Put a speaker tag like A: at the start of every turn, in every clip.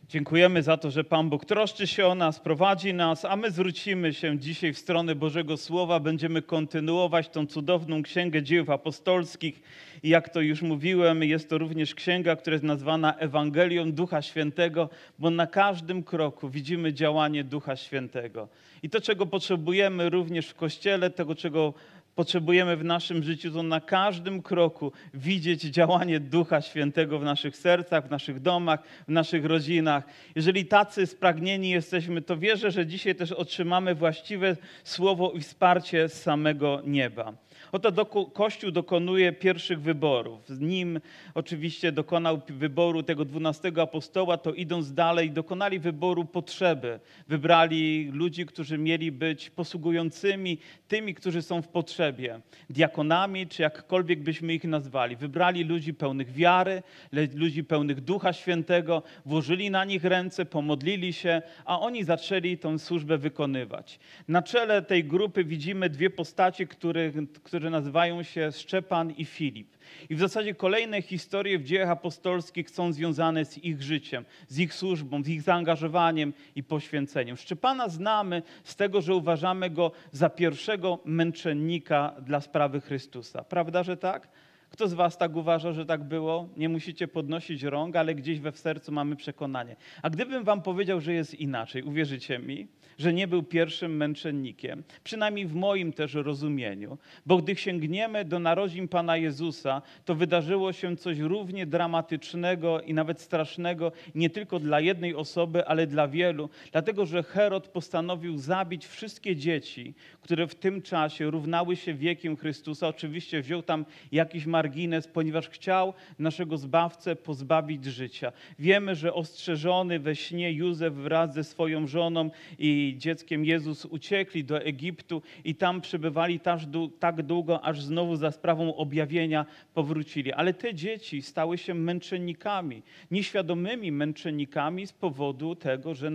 A: Dziękujemy za to, że Pan Bóg troszczy się o nas, prowadzi nas, a my zwrócimy się dzisiaj w stronę Bożego Słowa. Będziemy kontynuować tą cudowną Księgę Dziejów Apostolskich. I jak to już mówiłem, jest to również księga, która jest nazwana Ewangelią Ducha Świętego, bo na każdym kroku widzimy działanie Ducha Świętego. I to, czego potrzebujemy również w Kościele, tego, czego potrzebujemy w naszym życiu, to na każdym kroku widzieć działanie Ducha Świętego w naszych sercach, w naszych domach, w naszych rodzinach. Jeżeli tacy spragnieni jesteśmy, to wierzę, że dzisiaj też otrzymamy właściwe słowo i wsparcie z samego nieba. Oto Kościół dokonuje pierwszych wyborów. Z nim oczywiście dokonał wyboru tego 12 apostoła, to idąc dalej dokonali wyboru potrzeby. Wybrali ludzi, którzy mieli być posługującymi tymi, którzy są w potrzebie. Diakonami, czy jakkolwiek byśmy ich nazwali. Wybrali ludzi pełnych wiary, ludzi pełnych Ducha Świętego, włożyli na nich ręce, pomodlili się, a oni zaczęli tę służbę wykonywać. Na czele tej grupy widzimy dwie postaci, które nazywają się Szczepan i Filip. I w zasadzie kolejne historie w Dziejach Apostolskich są związane z ich życiem, z ich służbą, z ich zaangażowaniem i poświęceniem. Szczepana znamy z tego, że uważamy go za pierwszego męczennika dla sprawy Chrystusa. Prawda, że tak? Kto z was tak uważa, że tak było? Nie musicie podnosić rąk, ale gdzieś w sercu mamy przekonanie. A gdybym wam powiedział, że jest inaczej, uwierzycie mi, że nie był pierwszym męczennikiem, przynajmniej w moim też rozumieniu, bo gdy sięgniemy do narodzin Pana Jezusa, to wydarzyło się coś równie dramatycznego i nawet strasznego nie tylko dla jednej osoby, ale dla wielu, dlatego że Herod postanowił zabić wszystkie dzieci, które w tym czasie równały się wiekiem Chrystusa. Oczywiście wziął tam jakiś margines, ponieważ chciał naszego Zbawcę pozbawić życia. Wiemy, że ostrzeżony we śnie Józef wraz ze swoją żoną i dzieckiem Jezus uciekli do Egiptu i tam przebywali tak długo, aż znowu za sprawą objawienia powrócili. Ale te dzieci stały się męczennikami, nieświadomymi męczennikami z powodu tego, że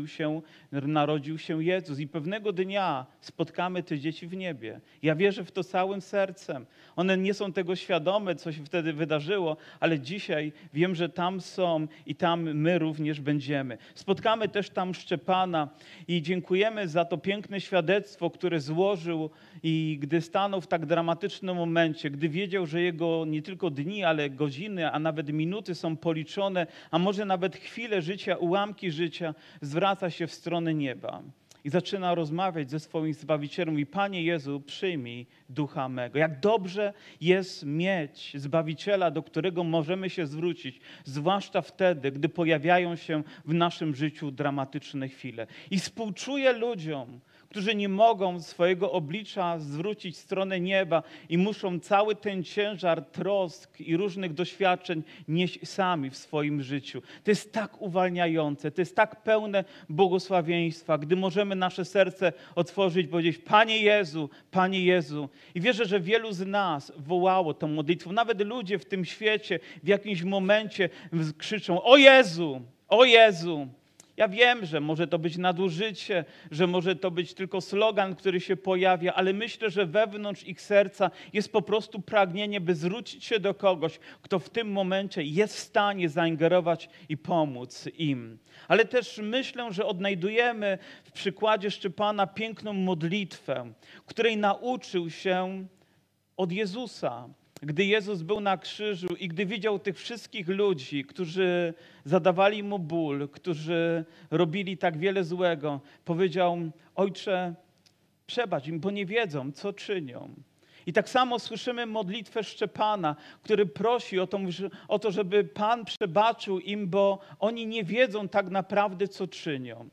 A: narodził się Jezus. I pewnego dnia spotkamy te dzieci w niebie. Ja wierzę w to całym sercem. One nie są tego świadome, co się wtedy wydarzyło, ale dzisiaj wiem, że tam są i tam my również będziemy. Spotkamy też tam Szczepana i dziękujemy za to piękne świadectwo, które złożył i gdy stanął w tak dramatycznym momencie, gdy wiedział, że jego nie tylko dni, ale godziny, a nawet minuty są policzone, a może nawet chwile życia, ułamki życia, zwraca się w stronę nieba. I zaczyna rozmawiać ze swoim Zbawicielem. Mówi: Panie Jezu, przyjmij ducha mego. Jak dobrze jest mieć Zbawiciela, do którego możemy się zwrócić, zwłaszcza wtedy, gdy pojawiają się w naszym życiu dramatyczne chwile. I współczuję ludziom, którzy nie mogą swojego oblicza zwrócić w stronę nieba i muszą cały ten ciężar trosk i różnych doświadczeń nieść sami w swoim życiu. To jest tak uwalniające, to jest tak pełne błogosławieństwa, gdy możemy nasze serce otworzyć, powiedzieć: Panie Jezu, Panie Jezu. I wierzę, że wielu z nas wołało tą modlitwą. Nawet ludzie w tym świecie w jakimś momencie krzyczą: o Jezu, o Jezu. Ja wiem, że może to być nadużycie, że może to być tylko slogan, który się pojawia, ale myślę, że wewnątrz ich serca jest po prostu pragnienie, by zwrócić się do kogoś, kto w tym momencie jest w stanie zaingerować i pomóc im. Ale też myślę, że odnajdujemy w przykładzie Szczepana piękną modlitwę, której nauczył się od Jezusa. Gdy Jezus był na krzyżu i gdy widział tych wszystkich ludzi, którzy zadawali Mu ból, którzy robili tak wiele złego, powiedział: Ojcze, przebacz im, bo nie wiedzą, co czynią. I tak samo słyszymy modlitwę Szczepana, który prosi o to, żeby Pan przebaczył im, bo oni nie wiedzą tak naprawdę, co czynią.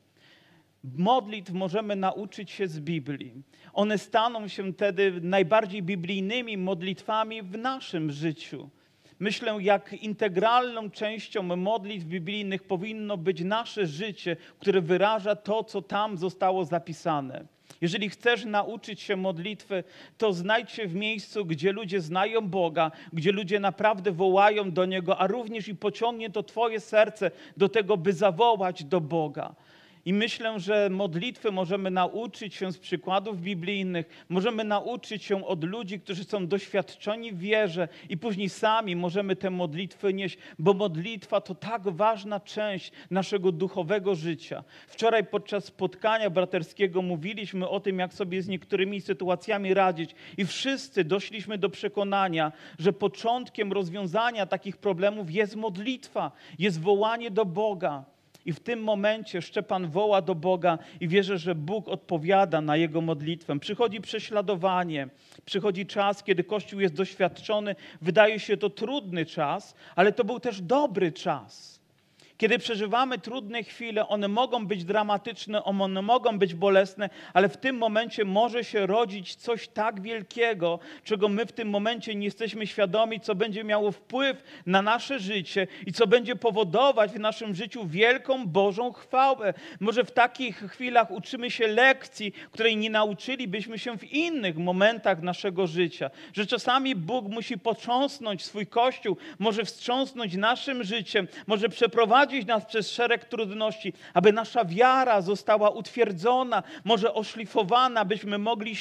A: Modlitw możemy nauczyć się z Biblii. One staną się wtedy najbardziej biblijnymi modlitwami w naszym życiu. Myślę, jak integralną częścią modlitw biblijnych powinno być nasze życie, które wyraża to, co tam zostało zapisane. Jeżeli chcesz nauczyć się modlitwy, to znajdź się w miejscu, gdzie ludzie znają Boga, gdzie ludzie naprawdę wołają do Niego, a również i pociągnie to twoje serce do tego, by zawołać do Boga. I myślę, że modlitwy możemy nauczyć się z przykładów biblijnych, możemy nauczyć się od ludzi, którzy są doświadczeni w wierze i później sami możemy te modlitwy nieść, bo modlitwa to tak ważna część naszego duchowego życia. Wczoraj podczas spotkania braterskiego mówiliśmy o tym, jak sobie z niektórymi sytuacjami radzić i wszyscy doszliśmy do przekonania, że początkiem rozwiązania takich problemów jest modlitwa, jest wołanie do Boga. I w tym momencie Szczepan woła do Boga i wierzę, że Bóg odpowiada na jego modlitwę. Przychodzi prześladowanie, przychodzi czas, kiedy Kościół jest doświadczony. Wydaje się to trudny czas, ale to był też dobry czas. Kiedy przeżywamy trudne chwile, one mogą być dramatyczne, one mogą być bolesne, ale w tym momencie może się rodzić coś tak wielkiego, czego my w tym momencie nie jesteśmy świadomi, co będzie miało wpływ na nasze życie i co będzie powodować w naszym życiu wielką Bożą chwałę. Może w takich chwilach uczymy się lekcji, której nie nauczylibyśmy się w innych momentach naszego życia. Że czasami Bóg musi potrząsnąć swój Kościół, może wstrząsnąć naszym życiem, może przeprowadzić nas przez szereg trudności, aby nasza wiara została utwierdzona, może oszlifowana, byśmy mogli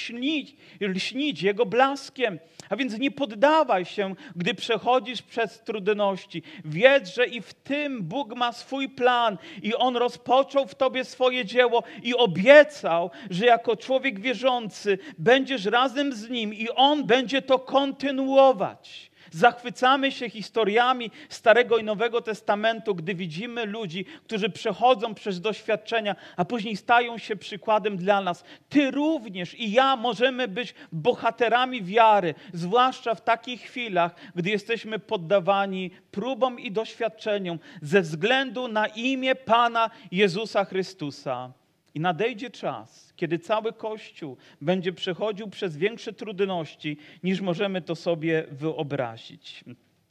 A: śnić Jego blaskiem. A więc nie poddawaj się, gdy przechodzisz przez trudności. Wiedz, że i w tym Bóg ma swój plan i On rozpoczął w tobie swoje dzieło i obiecał, że jako człowiek wierzący będziesz razem z Nim i On będzie to kontynuować. Zachwycamy się historiami Starego i Nowego Testamentu, gdy widzimy ludzi, którzy przechodzą przez doświadczenia, a później stają się przykładem dla nas. Ty również i ja możemy być bohaterami wiary, zwłaszcza w takich chwilach, gdy jesteśmy poddawani próbom i doświadczeniom ze względu na imię Pana Jezusa Chrystusa. I nadejdzie czas, kiedy cały Kościół będzie przechodził przez większe trudności, niż możemy to sobie wyobrazić.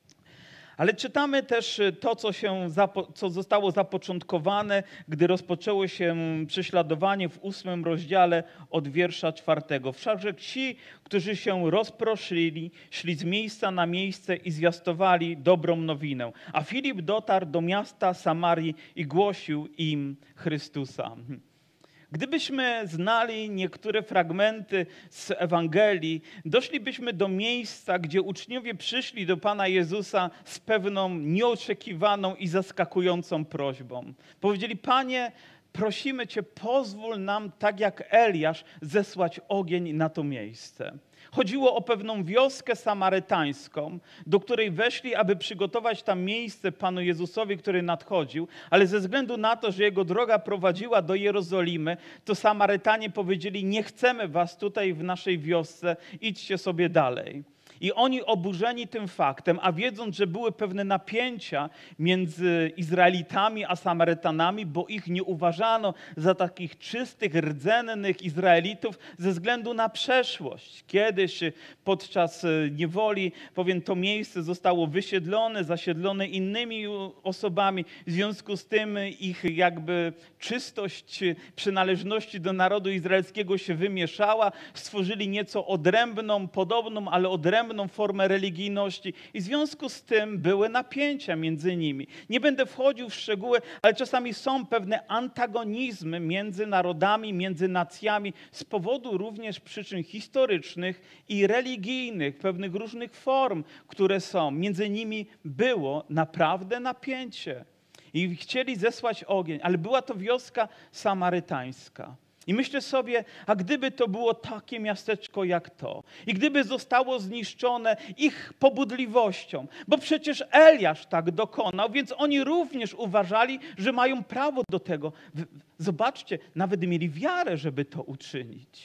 A: Ale czytamy też to, co zostało zapoczątkowane, gdy rozpoczęło się prześladowanie w 8 rozdziale od wiersza 4. Wszakże ci, którzy się rozproszyli, szli z miejsca na miejsce i zwiastowali dobrą nowinę. A Filip dotarł do miasta Samarii i głosił im Chrystusa. Gdybyśmy znali niektóre fragmenty z Ewangelii, doszlibyśmy do miejsca, gdzie uczniowie przyszli do Pana Jezusa z pewną nieoczekiwaną i zaskakującą prośbą. Powiedzieli: Panie, prosimy Cię, pozwól nam, tak jak Eliasz, zesłać ogień na to miejsce. Chodziło o pewną wioskę samarytańską, do której weszli, aby przygotować tam miejsce Panu Jezusowi, który nadchodził, ale ze względu na to, że jego droga prowadziła do Jerozolimy, to Samarytanie powiedzieli: nie chcemy was tutaj w naszej wiosce, idźcie sobie dalej. I oni oburzeni tym faktem, a wiedząc, że były pewne napięcia między Izraelitami a Samarytanami, bo ich nie uważano za takich czystych, rdzennych Izraelitów ze względu na przeszłość. Kiedyś podczas niewoli, to miejsce zostało wysiedlone, zasiedlone innymi osobami. W związku z tym ich jakby czystość przynależności do narodu izraelskiego się wymieszała. Stworzyli nieco odrębną, podobną, ale odrębną formę religijności i w związku z tym były napięcia między nimi. Nie będę wchodził w szczegóły, ale czasami są pewne antagonizmy między narodami, między nacjami z powodu również przyczyn historycznych i religijnych, pewnych różnych form, które są. Między nimi było naprawdę napięcie i chcieli zesłać ogień, ale była to wioska samarytańska. I myślę sobie, a gdyby to było takie miasteczko jak to i gdyby zostało zniszczone ich pobudliwością, bo przecież Eliasz tak dokonał, więc oni również uważali, że mają prawo do tego. Zobaczcie, nawet mieli wiarę, żeby to uczynić.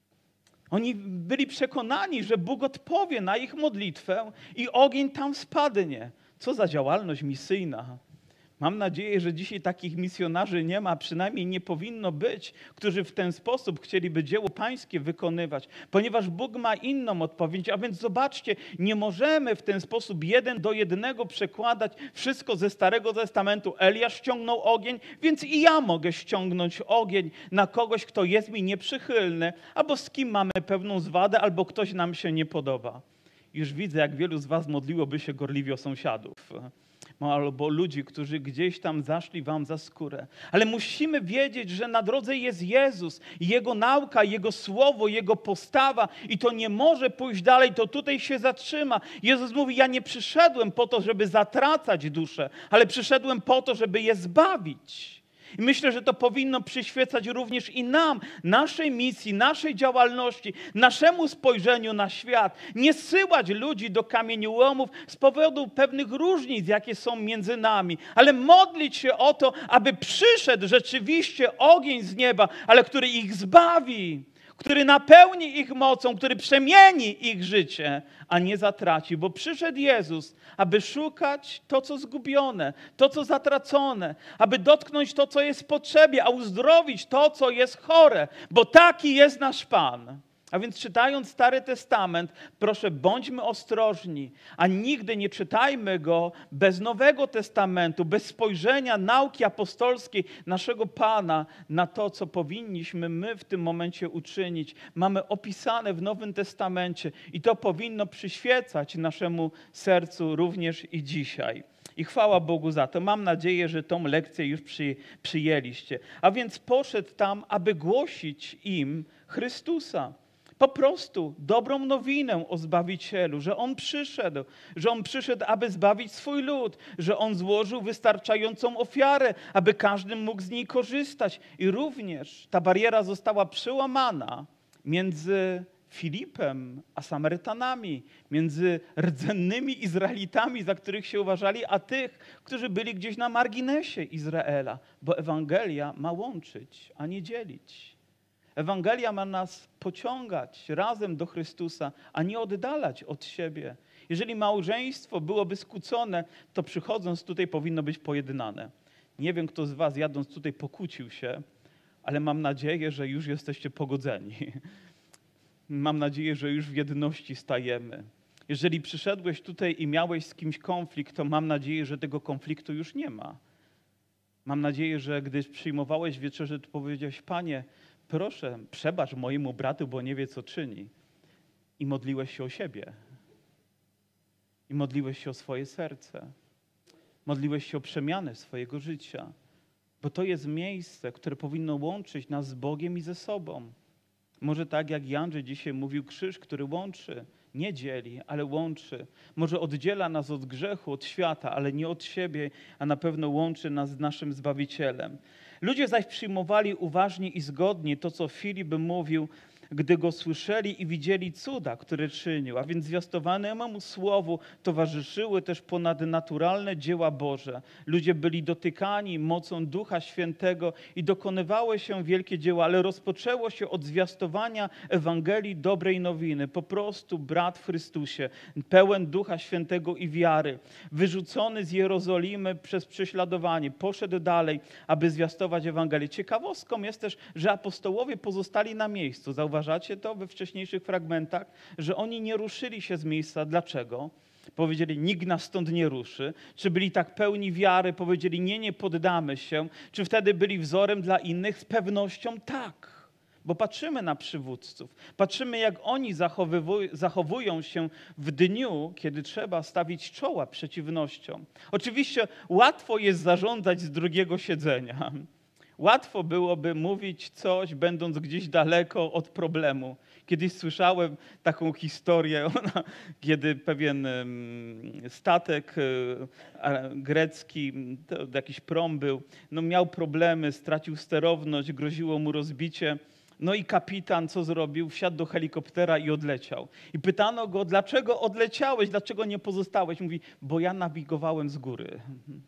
A: Oni byli przekonani, że Bóg odpowie na ich modlitwę i ogień tam spadnie. Co za działalność misyjna. Mam nadzieję, że dzisiaj takich misjonarzy nie ma, przynajmniej nie powinno być, którzy w ten sposób chcieliby dzieło pańskie wykonywać, ponieważ Bóg ma inną odpowiedź, a więc zobaczcie, nie możemy w ten sposób 1:1 przekładać wszystko ze Starego Testamentu. Eliasz ściągnął ogień, więc i ja mogę ściągnąć ogień na kogoś, kto jest mi nieprzychylny, albo z kim mamy pewną zwadę, albo ktoś nam się nie podoba. Już widzę, jak wielu z was modliłoby się gorliwie o sąsiadów. albo ludzi, którzy gdzieś tam zaszli wam za skórę. Ale musimy wiedzieć, że na drodze jest Jezus, Jego nauka, Jego słowo, Jego postawa i to nie może pójść dalej, to tutaj się zatrzyma. Jezus mówi, ja nie przyszedłem po to, żeby zatracać duszę, ale przyszedłem po to, żeby je zbawić. I myślę, że to powinno przyświecać również i nam, naszej misji, naszej działalności, naszemu spojrzeniu na świat. Nie zsyłać ludzi do kamieniołomów z powodu pewnych różnic, jakie są między nami, ale modlić się o to, aby przyszedł rzeczywiście ogień z nieba, ale który ich zbawi, który napełni ich mocą, który przemieni ich życie, a nie zatraci. Bo przyszedł Jezus, aby szukać to, co zgubione, to, co zatracone, aby dotknąć to, co jest w potrzebie, a uzdrowić to, co jest chore, bo taki jest nasz Pan. A więc czytając Stary Testament, proszę, bądźmy ostrożni, a nigdy nie czytajmy go bez Nowego Testamentu, bez spojrzenia nauki apostolskiej naszego Pana na to, co powinniśmy my w tym momencie uczynić. Mamy opisane w Nowym Testamencie i to powinno przyświecać naszemu sercu również i dzisiaj. I chwała Bogu za to. Mam nadzieję, że tą lekcję już przyjęliście. A więc poszedł tam, aby głosić im Chrystusa. Po prostu dobrą nowinę o Zbawicielu, że On przyszedł, aby zbawić swój lud, że On złożył wystarczającą ofiarę, aby każdy mógł z niej korzystać. I również ta bariera została przełamana między Filipem a Samarytanami, między rdzennymi Izraelitami, za których się uważali, a tych, którzy byli gdzieś na marginesie Izraela, bo Ewangelia ma łączyć, a nie dzielić. Ewangelia ma nas pociągać razem do Chrystusa, a nie oddalać od siebie. Jeżeli małżeństwo byłoby skłócone, to przychodząc tutaj powinno być pojednane. Nie wiem, kto z was jadąc tutaj pokłócił się, ale mam nadzieję, że już jesteście pogodzeni. Mam nadzieję, że już w jedności stajemy. Jeżeli przyszedłeś tutaj i miałeś z kimś konflikt, to mam nadzieję, że tego konfliktu już nie ma. Mam nadzieję, że gdy przyjmowałeś wieczerzę, to powiedziałeś: Panie, proszę, przebacz mojemu bratu, bo nie wie, co czyni. I modliłeś się o siebie. I modliłeś się o swoje serce. Modliłeś się o przemianę swojego życia. Bo to jest miejsce, które powinno łączyć nas z Bogiem i ze sobą. Może tak jak Jandrzej dzisiaj mówił, krzyż, który łączy, nie dzieli, ale łączy. Może oddziela nas od grzechu, od świata, ale nie od siebie, a na pewno łączy nas z naszym Zbawicielem. Ludzie zaś przyjmowali uważnie i zgodnie to, co Filip mówił, gdy go słyszeli i widzieli cuda, które czynił. A więc zwiastowanemu słowu towarzyszyły też ponadnaturalne dzieła Boże. Ludzie byli dotykani mocą Ducha Świętego i dokonywały się wielkie dzieła, ale rozpoczęło się od zwiastowania Ewangelii dobrej nowiny. Po prostu brat w Chrystusie, pełen Ducha Świętego i wiary, wyrzucony z Jerozolimy przez prześladowanie, poszedł dalej, aby zwiastować Ewangelię. Ciekawostką jest też, że apostołowie pozostali na miejscu. Zauważacie to we wcześniejszych fragmentach, że oni nie ruszyli się z miejsca. Dlaczego? Powiedzieli, nikt nas stąd nie ruszy. Czy byli tak pełni wiary, powiedzieli, nie poddamy się. Czy wtedy byli wzorem dla innych? Z pewnością tak. Bo patrzymy na przywódców, patrzymy, jak oni zachowują się w dniu, kiedy trzeba stawić czoła przeciwnościom. Oczywiście łatwo jest zarządzać z drugiego siedzenia. Łatwo byłoby mówić coś, będąc gdzieś daleko od problemu. Kiedyś słyszałem taką historię, kiedy pewien statek grecki, to jakiś prom był, miał problemy, stracił sterowność, groziło mu rozbicie. No i kapitan co zrobił? Wsiadł do helikoptera i odleciał. I pytano go, dlaczego odleciałeś, dlaczego nie pozostałeś? Mówi, bo ja nawigowałem z góry.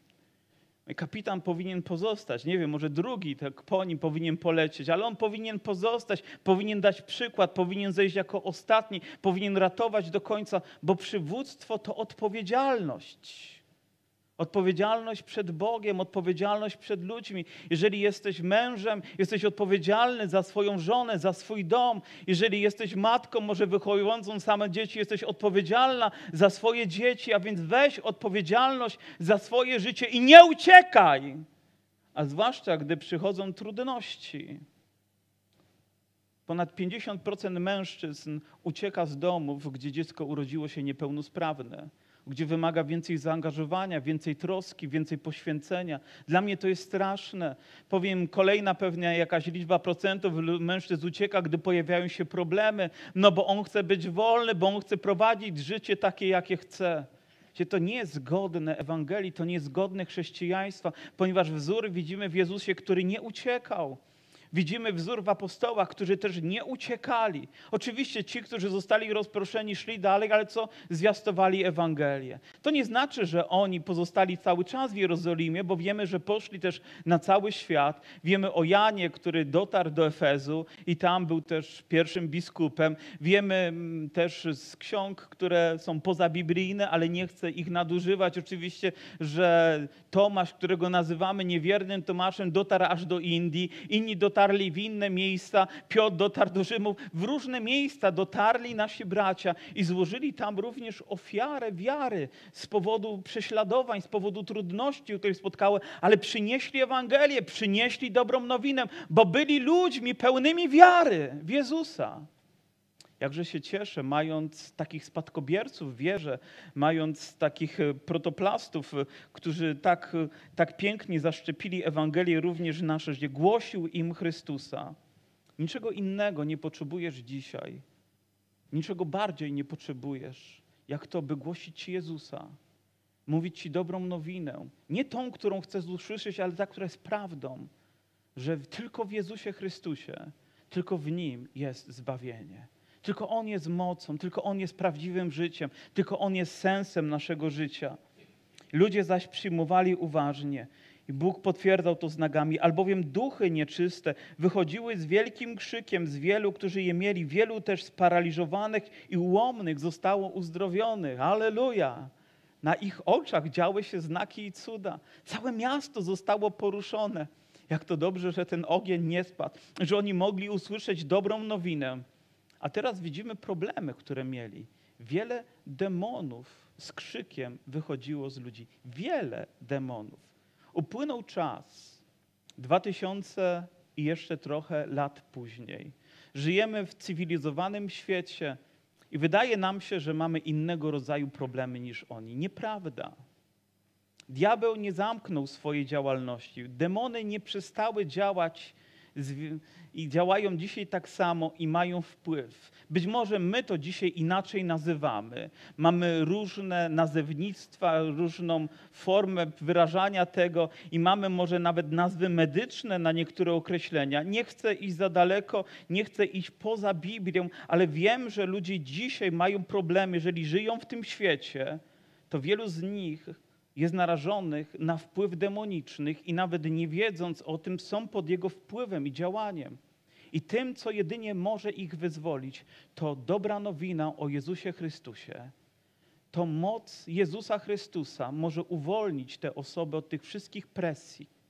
A: Kapitan powinien pozostać, nie wiem, może drugi tak po nim powinien polecieć, ale on powinien pozostać, powinien dać przykład, powinien zejść jako ostatni, powinien ratować do końca, bo przywództwo to odpowiedzialność. Odpowiedzialność przed Bogiem, odpowiedzialność przed ludźmi. Jeżeli jesteś mężem, jesteś odpowiedzialny za swoją żonę, za swój dom. Jeżeli jesteś matką, może wychowującą same dzieci, jesteś odpowiedzialna za swoje dzieci, a więc weź odpowiedzialność za swoje życie i nie uciekaj. A zwłaszcza, gdy przychodzą trudności. Ponad 50% mężczyzn ucieka z domów, gdzie dziecko urodziło się niepełnosprawne. gdzie wymaga więcej zaangażowania, więcej troski, więcej poświęcenia. Dla mnie to jest straszne. Powiem, kolejna pewnie jakaś liczba procentów mężczyzn ucieka, gdy pojawiają się problemy, no bo on chce być wolny, bo on chce prowadzić życie takie, jakie chce. To nie jest godne Ewangelii, to nie jest godne chrześcijaństwa, ponieważ wzór widzimy w Jezusie, który nie uciekał. Widzimy wzór w apostołach, którzy też nie uciekali. Oczywiście ci, którzy zostali rozproszeni, szli dalej, ale co? Zwiastowali Ewangelię. To nie znaczy, że oni pozostali cały czas w Jerozolimie, bo wiemy, że poszli też na cały świat. Wiemy o Janie, który dotarł do Efezu i tam był też pierwszym biskupem. Wiemy też z ksiąg, które są pozabiblijne, ale nie chcę ich nadużywać. Oczywiście, że Tomasz, którego nazywamy niewiernym Tomaszem, dotarł aż do Indii. Inni dotarli w inne miejsca, Piotr dotarł do Rzymu. W różne miejsca dotarli nasi bracia i złożyli tam również ofiarę wiary z powodu prześladowań, z powodu trudności, które spotkały, ale przynieśli Ewangelię, przynieśli dobrą nowinę, bo byli ludźmi pełnymi wiary w Jezusa. Jakże się cieszę, mając takich spadkobierców w wierze, mając takich protoplastów, którzy tak pięknie zaszczepili Ewangelię również nasze życie, głosił im Chrystusa. Niczego innego nie potrzebujesz dzisiaj. Niczego bardziej nie potrzebujesz, jak to, by głosić Ci Jezusa. Mówić Ci dobrą nowinę. Nie tą, którą chcesz usłyszeć, ale ta, która jest prawdą. Że tylko w Jezusie Chrystusie, tylko w Nim jest zbawienie. Tylko On jest mocą, tylko On jest prawdziwym życiem, tylko On jest sensem naszego życia. Ludzie zaś przyjmowali uważnie i Bóg potwierdzał to znakami, albowiem duchy nieczyste wychodziły z wielkim krzykiem z wielu, którzy je mieli. Wielu też sparaliżowanych i ułomnych zostało uzdrowionych. Halleluja! Na ich oczach działy się znaki i cuda. Całe miasto zostało poruszone. Jak to dobrze, że ten ogień nie spadł, że oni mogli usłyszeć dobrą nowinę. A teraz widzimy problemy, które mieli. Wiele demonów z krzykiem wychodziło z ludzi. Wiele demonów. Upłynął czas. 2000 i jeszcze trochę lat później. Żyjemy w cywilizowanym świecie i wydaje nam się, że mamy innego rodzaju problemy niż oni. Nieprawda. Diabeł nie zamknął swojej działalności. Demony nie przestały działać i działają dzisiaj tak samo i mają wpływ. Być może my to dzisiaj inaczej nazywamy. Mamy różne nazewnictwa, różną formę wyrażania tego i mamy może nawet nazwy medyczne na niektóre określenia. Nie chcę iść za daleko, nie chcę iść poza Biblią, ale wiem, że ludzie dzisiaj mają problemy. Jeżeli żyją w tym świecie, to wielu z nich jest narażonych na wpływ demonicznych i nawet nie wiedząc o tym, są pod jego wpływem i działaniem. I tym, co jedynie może ich wyzwolić, to dobra nowina o Jezusie Chrystusie. To moc Jezusa Chrystusa może uwolnić te osoby od tych wszystkich presji.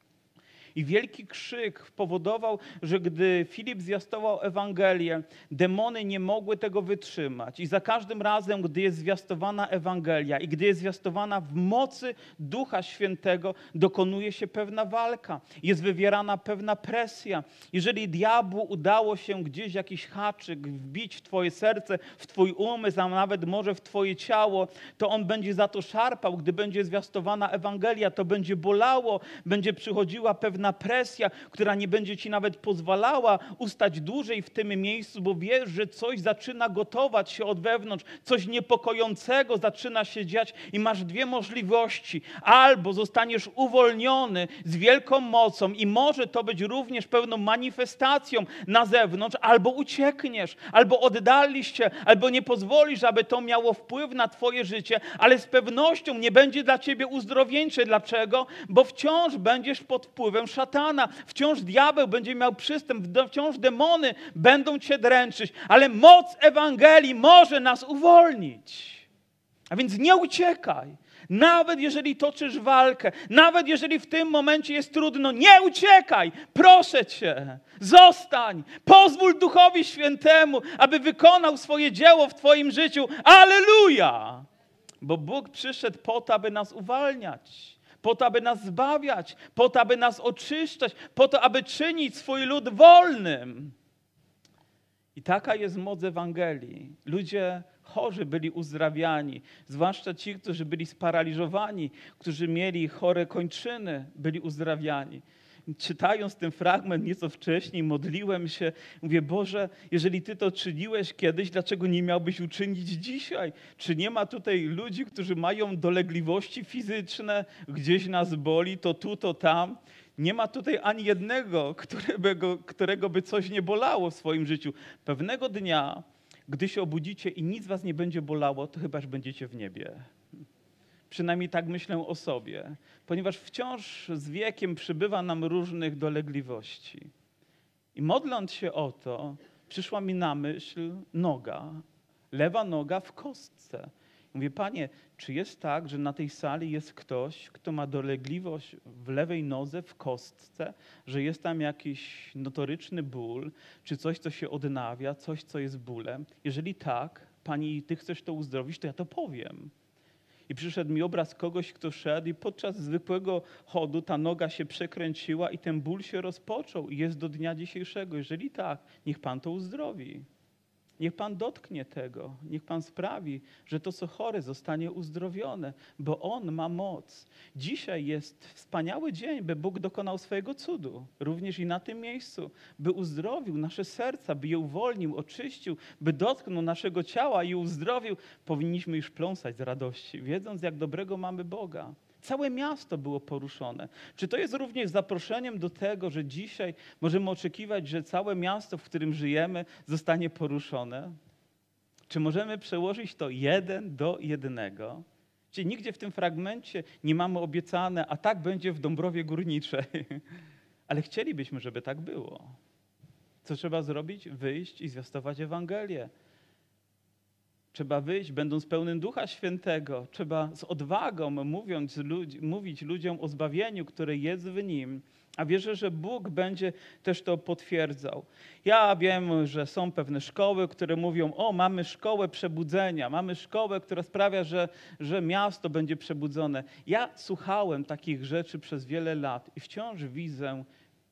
A: I wielki krzyk powodował, że gdy Filip zwiastował Ewangelię, demony nie mogły tego wytrzymać. I za każdym razem, gdy jest zwiastowana Ewangelia i gdy jest zwiastowana w mocy Ducha Świętego, dokonuje się pewna walka. Jest wywierana pewna presja. Jeżeli diabłu udało się gdzieś jakiś haczyk wbić w twoje serce, w twój umysł, a nawet może w twoje ciało, to on będzie za to szarpał. Gdy będzie zwiastowana Ewangelia, to będzie bolało, będzie przychodziła pewna presja, która nie będzie ci nawet pozwalała ustać dłużej w tym miejscu, bo wiesz, że coś zaczyna gotować się od wewnątrz, coś niepokojącego zaczyna się dziać i masz dwie możliwości. Albo zostaniesz uwolniony z wielką mocą i może to być również pewną manifestacją na zewnątrz, albo uciekniesz, albo oddalisz się, albo nie pozwolisz, aby to miało wpływ na twoje życie, ale z pewnością nie będzie dla ciebie uzdrowieńcze. Dlaczego? Bo wciąż będziesz pod wpływem szatana, wciąż diabeł będzie miał przystęp, wciąż demony będą cię dręczyć, ale moc Ewangelii może nas uwolnić. A więc nie uciekaj. Nawet jeżeli toczysz walkę, nawet jeżeli w tym momencie jest trudno, nie uciekaj. Proszę cię, zostań. Pozwól Duchowi Świętemu, aby wykonał swoje dzieło w twoim życiu. Alleluja! Bo Bóg przyszedł po to, aby nas uwalniać. Po to, aby nas zbawiać, po to, aby nas oczyszczać, po to, aby czynić swój lud wolnym. I taka jest moc Ewangelii. Ludzie chorzy byli uzdrawiani, zwłaszcza ci, którzy byli sparaliżowani, którzy mieli chore kończyny, byli uzdrawiani. Czytając ten fragment nieco wcześniej, modliłem się, mówię, Boże, jeżeli Ty to czyniłeś kiedyś, dlaczego nie miałbyś uczynić dzisiaj? Czy nie ma tutaj ludzi, którzy mają dolegliwości fizyczne, gdzieś nas boli, to tu, to tam? Nie ma tutaj ani jednego, którego by coś nie bolało w swoim życiu. Pewnego dnia, gdy się obudzicie i nic was nie będzie bolało, to chyba, że będziecie w niebie. Przynajmniej tak myślę o sobie, ponieważ wciąż z wiekiem przybywa nam różnych dolegliwości. I modląc się o to, przyszła mi na myśl noga, lewa noga w kostce. Mówię, Panie, czy jest tak, że na tej sali jest ktoś, kto ma dolegliwość w lewej nodze, w kostce, że jest tam jakiś notoryczny ból, czy coś, co się odnawia, coś, co jest bólem? Jeżeli tak, Pani, Ty chcesz to uzdrowić, to ja to powiem. I przyszedł mi obraz kogoś, kto szedł i podczas zwykłego chodu ta noga się przekręciła i ten ból się rozpoczął i jest do dnia dzisiejszego. Jeżeli tak, niech Pan to uzdrowi. Niech Pan dotknie tego. Niech Pan sprawi, że to, co chore, zostanie uzdrowione, bo On ma moc. Dzisiaj jest wspaniały dzień, by Bóg dokonał swojego cudu. Również i na tym miejscu, by uzdrowił nasze serca, by je uwolnił, oczyścił, by dotknął naszego ciała i uzdrowił. Powinniśmy już pląsać z radości, wiedząc, jak dobrego mamy Boga. Całe miasto było poruszone. Czy to jest również zaproszeniem do tego, że dzisiaj możemy oczekiwać, że całe miasto, w którym żyjemy, zostanie poruszone? Czy możemy przełożyć to 1:1? Czyli nigdzie w tym fragmencie nie mamy obiecane, a tak będzie w Dąbrowie Górniczej. Ale chcielibyśmy, żeby tak było. Co trzeba zrobić? Wyjść i zwiastować Ewangelię. Trzeba wyjść, będąc pełnym Ducha Świętego. Trzeba z odwagą mówić ludziom o zbawieniu, które jest w Nim. A wierzę, że Bóg będzie też to potwierdzał. Ja wiem, że są pewne szkoły, które mówią, mamy szkołę przebudzenia, mamy szkołę, która sprawia, że miasto będzie przebudzone. Ja słuchałem takich rzeczy przez wiele lat i wciąż widzę,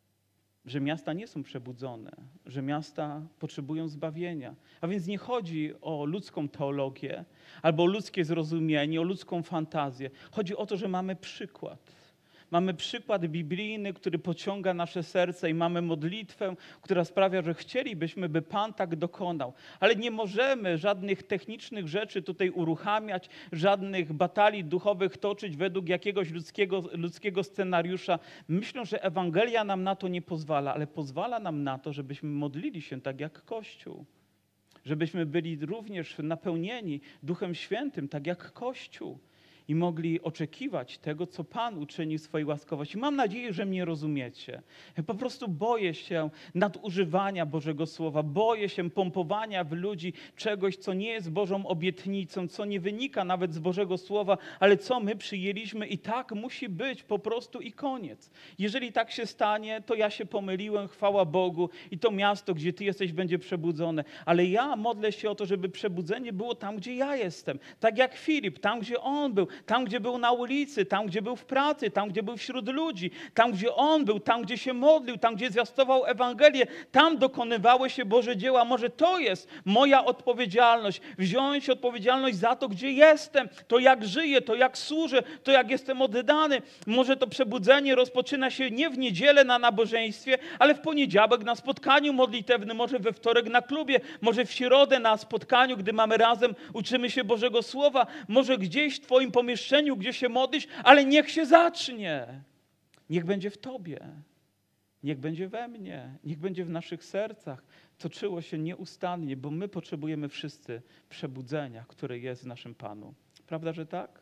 A: że miasta nie są przebudzone, że miasta potrzebują zbawienia. A więc nie chodzi o ludzką teologię, albo o ludzkie zrozumienie, o ludzką fantazję. Chodzi o to, że mamy przykład. Mamy przykład biblijny, który pociąga nasze serce i mamy modlitwę, która sprawia, że chcielibyśmy, by Pan tak dokonał. Ale nie możemy żadnych technicznych rzeczy tutaj uruchamiać, żadnych batalii duchowych toczyć według jakiegoś ludzkiego scenariusza. Myślę, że Ewangelia nam na to nie pozwala, ale pozwala nam na to, żebyśmy modlili się tak jak Kościół. Żebyśmy byli również napełnieni Duchem Świętym, tak jak Kościół. I mogli oczekiwać tego, co Pan uczyni w swojej łaskawości. Mam nadzieję, że mnie rozumiecie. Ja po prostu boję się nadużywania Bożego Słowa. Boję się pompowania w ludzi czegoś, co nie jest Bożą obietnicą, co nie wynika nawet z Bożego Słowa, ale co my przyjęliśmy i tak musi być po prostu i koniec. Jeżeli tak się stanie, to ja się pomyliłem, chwała Bogu i to miasto, gdzie Ty jesteś, będzie przebudzone. Ale ja modlę się o to, żeby przebudzenie było tam, gdzie ja jestem. Tak jak Filip, tam, gdzie on był. Tam, gdzie był na ulicy, tam, gdzie był w pracy, tam, gdzie był wśród ludzi, tam, gdzie on był, tam, gdzie się modlił, tam, gdzie zwiastował Ewangelię, tam dokonywały się Boże dzieła. Może to jest moja odpowiedzialność. Wziąć odpowiedzialność za to, gdzie jestem, to jak żyję, to jak służę, to jak jestem oddany. Może to przebudzenie rozpoczyna się nie w niedzielę na nabożeństwie, ale w poniedziałek na spotkaniu modlitewnym, może we wtorek na klubie, może w środę na spotkaniu, gdy mamy razem, uczymy się Bożego Słowa, może gdzieś w Twoim pomieszczeniu, gdzie się modlisz, ale niech się zacznie. Niech będzie w Tobie, niech będzie we mnie, niech będzie w naszych sercach. Toczyło się nieustannie, bo my potrzebujemy wszyscy przebudzenia, które jest w naszym Panu. Prawda, że tak?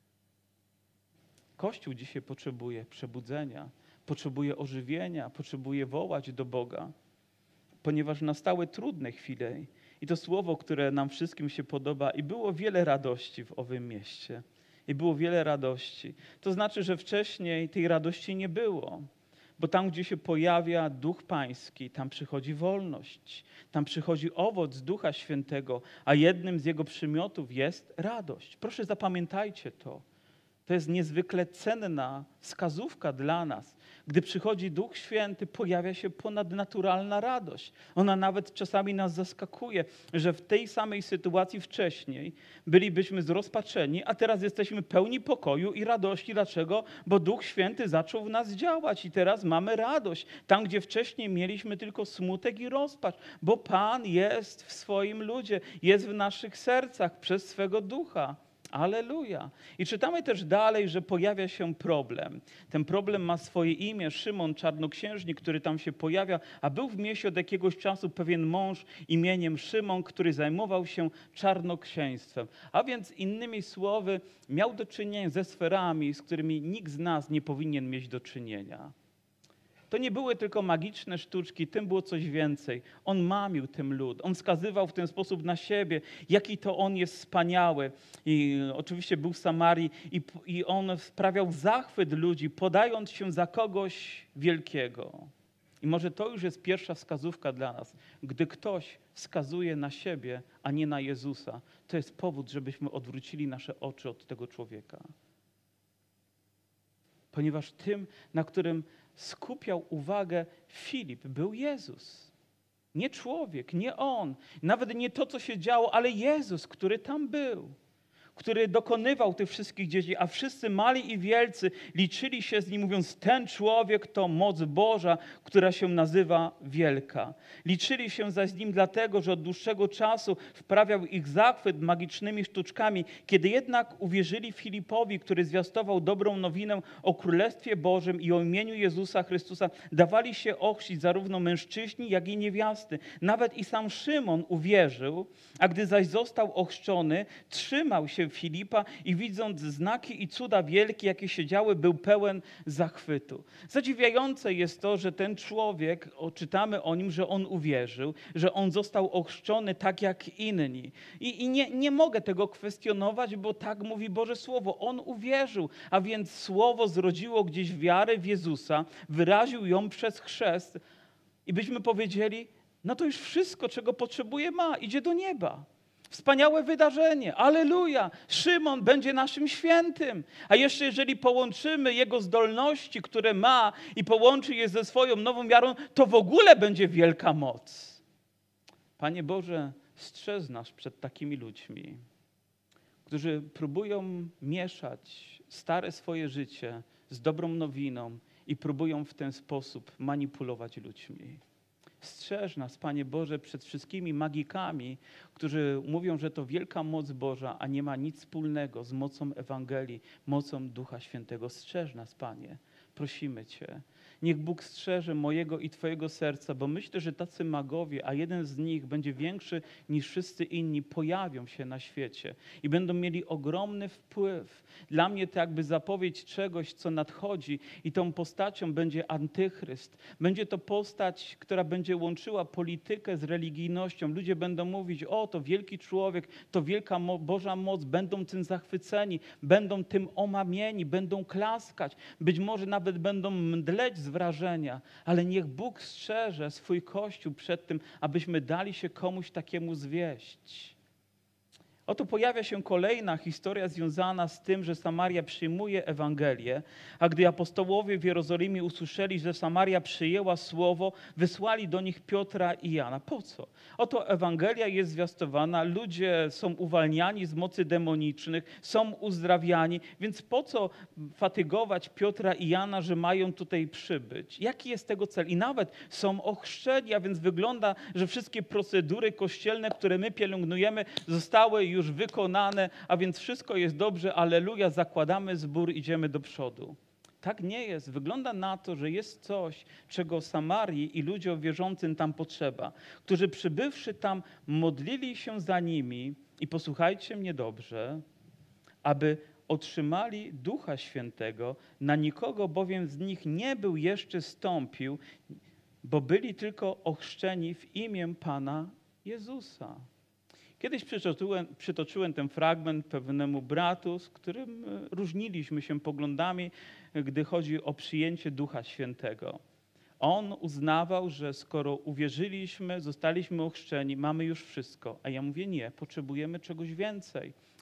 A: Kościół dzisiaj potrzebuje przebudzenia, potrzebuje ożywienia, potrzebuje wołać do Boga, ponieważ nastały trudne chwile i to słowo, które nam wszystkim się podoba i było wiele radości w owym mieście. I było wiele radości. To znaczy, że wcześniej tej radości nie było. Bo tam, gdzie się pojawia Duch Pański, tam przychodzi wolność. Tam przychodzi owoc Ducha Świętego, a jednym z Jego przymiotów jest radość. Proszę zapamiętajcie to. To jest niezwykle cenna wskazówka dla nas. Gdy przychodzi Duch Święty, pojawia się ponadnaturalna radość. Ona nawet czasami nas zaskakuje, że w tej samej sytuacji wcześniej bylibyśmy zrozpaczeni, a teraz jesteśmy pełni pokoju i radości. Dlaczego? Bo Duch Święty zaczął w nas działać i teraz mamy radość. Tam, gdzie wcześniej mieliśmy tylko smutek i rozpacz, bo Pan jest w swoim ludzie, jest w naszych sercach przez swego Ducha. Alleluja. I czytamy też dalej, że pojawia się problem. Ten problem ma swoje imię, Szymon, czarnoksiężnik, który tam się pojawia, a był w mieście od jakiegoś czasu pewien mąż imieniem Szymon, który zajmował się czarnoksięstwem. A więc innymi słowy miał do czynienia ze sferami, z którymi nikt z nas nie powinien mieć do czynienia. To nie były tylko magiczne sztuczki, tym było coś więcej. On mamił tym lud, on wskazywał w ten sposób na siebie, jaki to on jest wspaniały. I oczywiście był w Samarii i on sprawiał zachwyt ludzi, podając się za kogoś wielkiego. I może to już jest pierwsza wskazówka dla nas. Gdy ktoś wskazuje na siebie, a nie na Jezusa, to jest powód, żebyśmy odwrócili nasze oczy od tego człowieka. Ponieważ tym, na którym skupiał uwagę Filip, był Jezus. Nie człowiek, nie on, nawet nie to, co się działo, ale Jezus, który tam był, który dokonywał tych wszystkich dzieci, a wszyscy mali i wielcy liczyli się z nim, mówiąc, ten człowiek to moc Boża, która się nazywa wielka. Liczyli się zaś z nim dlatego, że od dłuższego czasu wprawiał ich zachwyt magicznymi sztuczkami. Kiedy jednak uwierzyli Filipowi, który zwiastował dobrą nowinę o Królestwie Bożym i o imieniu Jezusa Chrystusa, dawali się ochrzcić zarówno mężczyźni, jak i niewiasty. Nawet i sam Szymon uwierzył, a gdy zaś został ochrzczony, trzymał się Filipa i widząc znaki i cuda wielkie, jakie się działy, był pełen zachwytu. Zadziwiające jest to, że ten człowiek, czytamy o nim, że on uwierzył, że on został ochrzczony tak jak inni. I nie mogę tego kwestionować, bo tak mówi Boże Słowo. On uwierzył, a więc Słowo zrodziło gdzieś wiarę w Jezusa, wyraził ją przez chrzest i byśmy powiedzieli, no to już wszystko, czego potrzebuje ma, idzie do nieba. Wspaniałe wydarzenie, alleluja, Szymon będzie naszym świętym. A jeszcze jeżeli połączymy jego zdolności, które ma i połączy je ze swoją nową wiarą, to w ogóle będzie wielka moc. Panie Boże, strzeż nas przed takimi ludźmi, którzy próbują mieszać stare swoje życie z dobrą nowiną i próbują w ten sposób manipulować ludźmi. Strzeż nas, Panie Boże, przed wszystkimi magikami, którzy mówią, że to wielka moc Boża, a nie ma nic wspólnego z mocą Ewangelii, mocą Ducha Świętego. Strzeż nas, Panie, prosimy Cię. Niech Bóg strzeże mojego i Twojego serca, bo myślę, że tacy magowie, a jeden z nich będzie większy niż wszyscy inni, pojawią się na świecie i będą mieli ogromny wpływ. Dla mnie to jakby zapowiedź czegoś, co nadchodzi i tą postacią będzie antychryst. Będzie to postać, która będzie łączyła politykę z religijnością. Ludzie będą mówić, o to wielki człowiek, to wielka Boża moc, będą tym zachwyceni, będą tym omamieni, będą klaskać, być może nawet będą mdleć z wrażenia, ale niech Bóg strzeże swój Kościół przed tym, abyśmy dali się komuś takiemu zwieść. Oto pojawia się kolejna historia związana z tym, że Samaria przyjmuje Ewangelię, a gdy apostołowie w Jerozolimie usłyszeli, że Samaria przyjęła słowo, wysłali do nich Piotra i Jana. Po co? Oto Ewangelia jest zwiastowana, ludzie są uwalniani z mocy demonicznych, są uzdrawiani, więc po co fatygować Piotra i Jana, że mają tutaj przybyć? Jaki jest tego cel? I nawet są ochrzczeni, a więc wygląda, że wszystkie procedury kościelne, które my pielęgnujemy, zostały już wykonane, a więc wszystko jest dobrze, alleluja, zakładamy zbór, idziemy do przodu. Tak nie jest. Wygląda na to, że jest coś, czego Samarii i ludziom wierzącym tam potrzeba, którzy przybywszy tam modlili się za nimi i posłuchajcie mnie dobrze, aby otrzymali Ducha Świętego, na nikogo bowiem z nich nie był jeszcze stąpił, bo byli tylko ochrzczeni w imię Pana Jezusa. Kiedyś przytoczyłem ten fragment pewnemu bratu, z którym różniliśmy się poglądami, gdy chodzi o przyjęcie Ducha Świętego. On uznawał, że skoro uwierzyliśmy, zostaliśmy ochrzczeni, mamy już wszystko. A ja mówię nie, potrzebujemy czegoś więcej.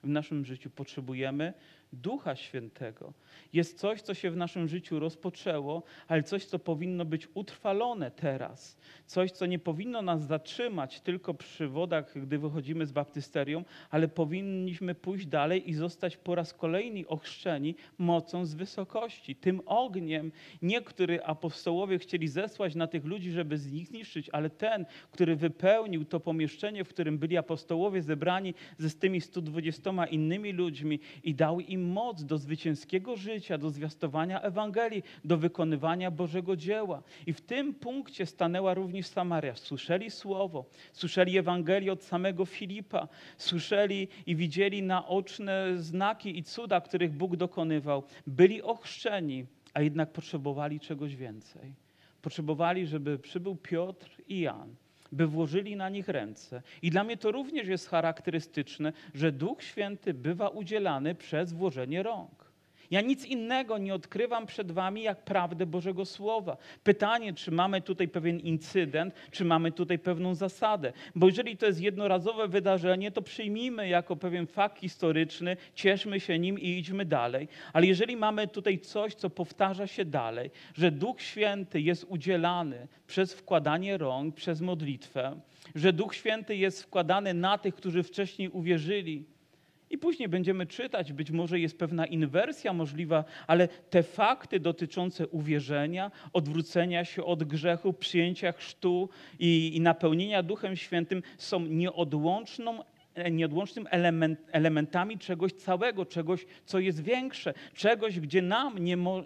A: w naszym życiu. Potrzebujemy Ducha Świętego. Jest coś, co się w naszym życiu rozpoczęło, ale coś, co powinno być utrwalone teraz. Coś, co nie powinno nas zatrzymać tylko przy wodach, gdy wychodzimy z baptysterium, ale powinniśmy pójść dalej i zostać po raz kolejny ochrzczeni mocą z wysokości. Tym ogniem, nie który apostołowie chcieli zesłać na tych ludzi, żeby z nich zniszczyć, ale ten, który wypełnił to pomieszczenie, w którym byli apostołowie zebrani z tymi 120 innymi ludźmi i dał im moc do zwycięskiego życia, do zwiastowania Ewangelii, do wykonywania Bożego dzieła. I w tym punkcie stanęła również Samaria. Słyszeli słowo, słyszeli Ewangelię od samego Filipa, słyszeli i widzieli naoczne znaki i cuda, których Bóg dokonywał. Byli ochrzczeni, a jednak potrzebowali czegoś więcej. Potrzebowali, żeby przybył Piotr i Jan, by włożyli na nich ręce. I dla mnie to również jest charakterystyczne, że Duch Święty bywa udzielany przez włożenie rąk. Ja nic innego nie odkrywam przed wami, jak prawdę Bożego Słowa. Pytanie, czy mamy tutaj pewien incydent, czy mamy tutaj pewną zasadę. Bo jeżeli to jest jednorazowe wydarzenie, to przyjmijmy jako pewien fakt historyczny, cieszmy się nim i idźmy dalej. Ale jeżeli mamy tutaj coś, co powtarza się dalej, że Duch Święty jest udzielany przez wkładanie rąk, przez modlitwę, że Duch Święty jest wkładany na tych, którzy wcześniej uwierzyli, i później będziemy czytać, być może jest pewna inwersja możliwa, ale te fakty dotyczące uwierzenia, odwrócenia się od grzechu, przyjęcia chrztu i napełnienia Duchem Świętym są nieodłącznym elementami czegoś całego, czegoś, co jest większe, czegoś, gdzie nam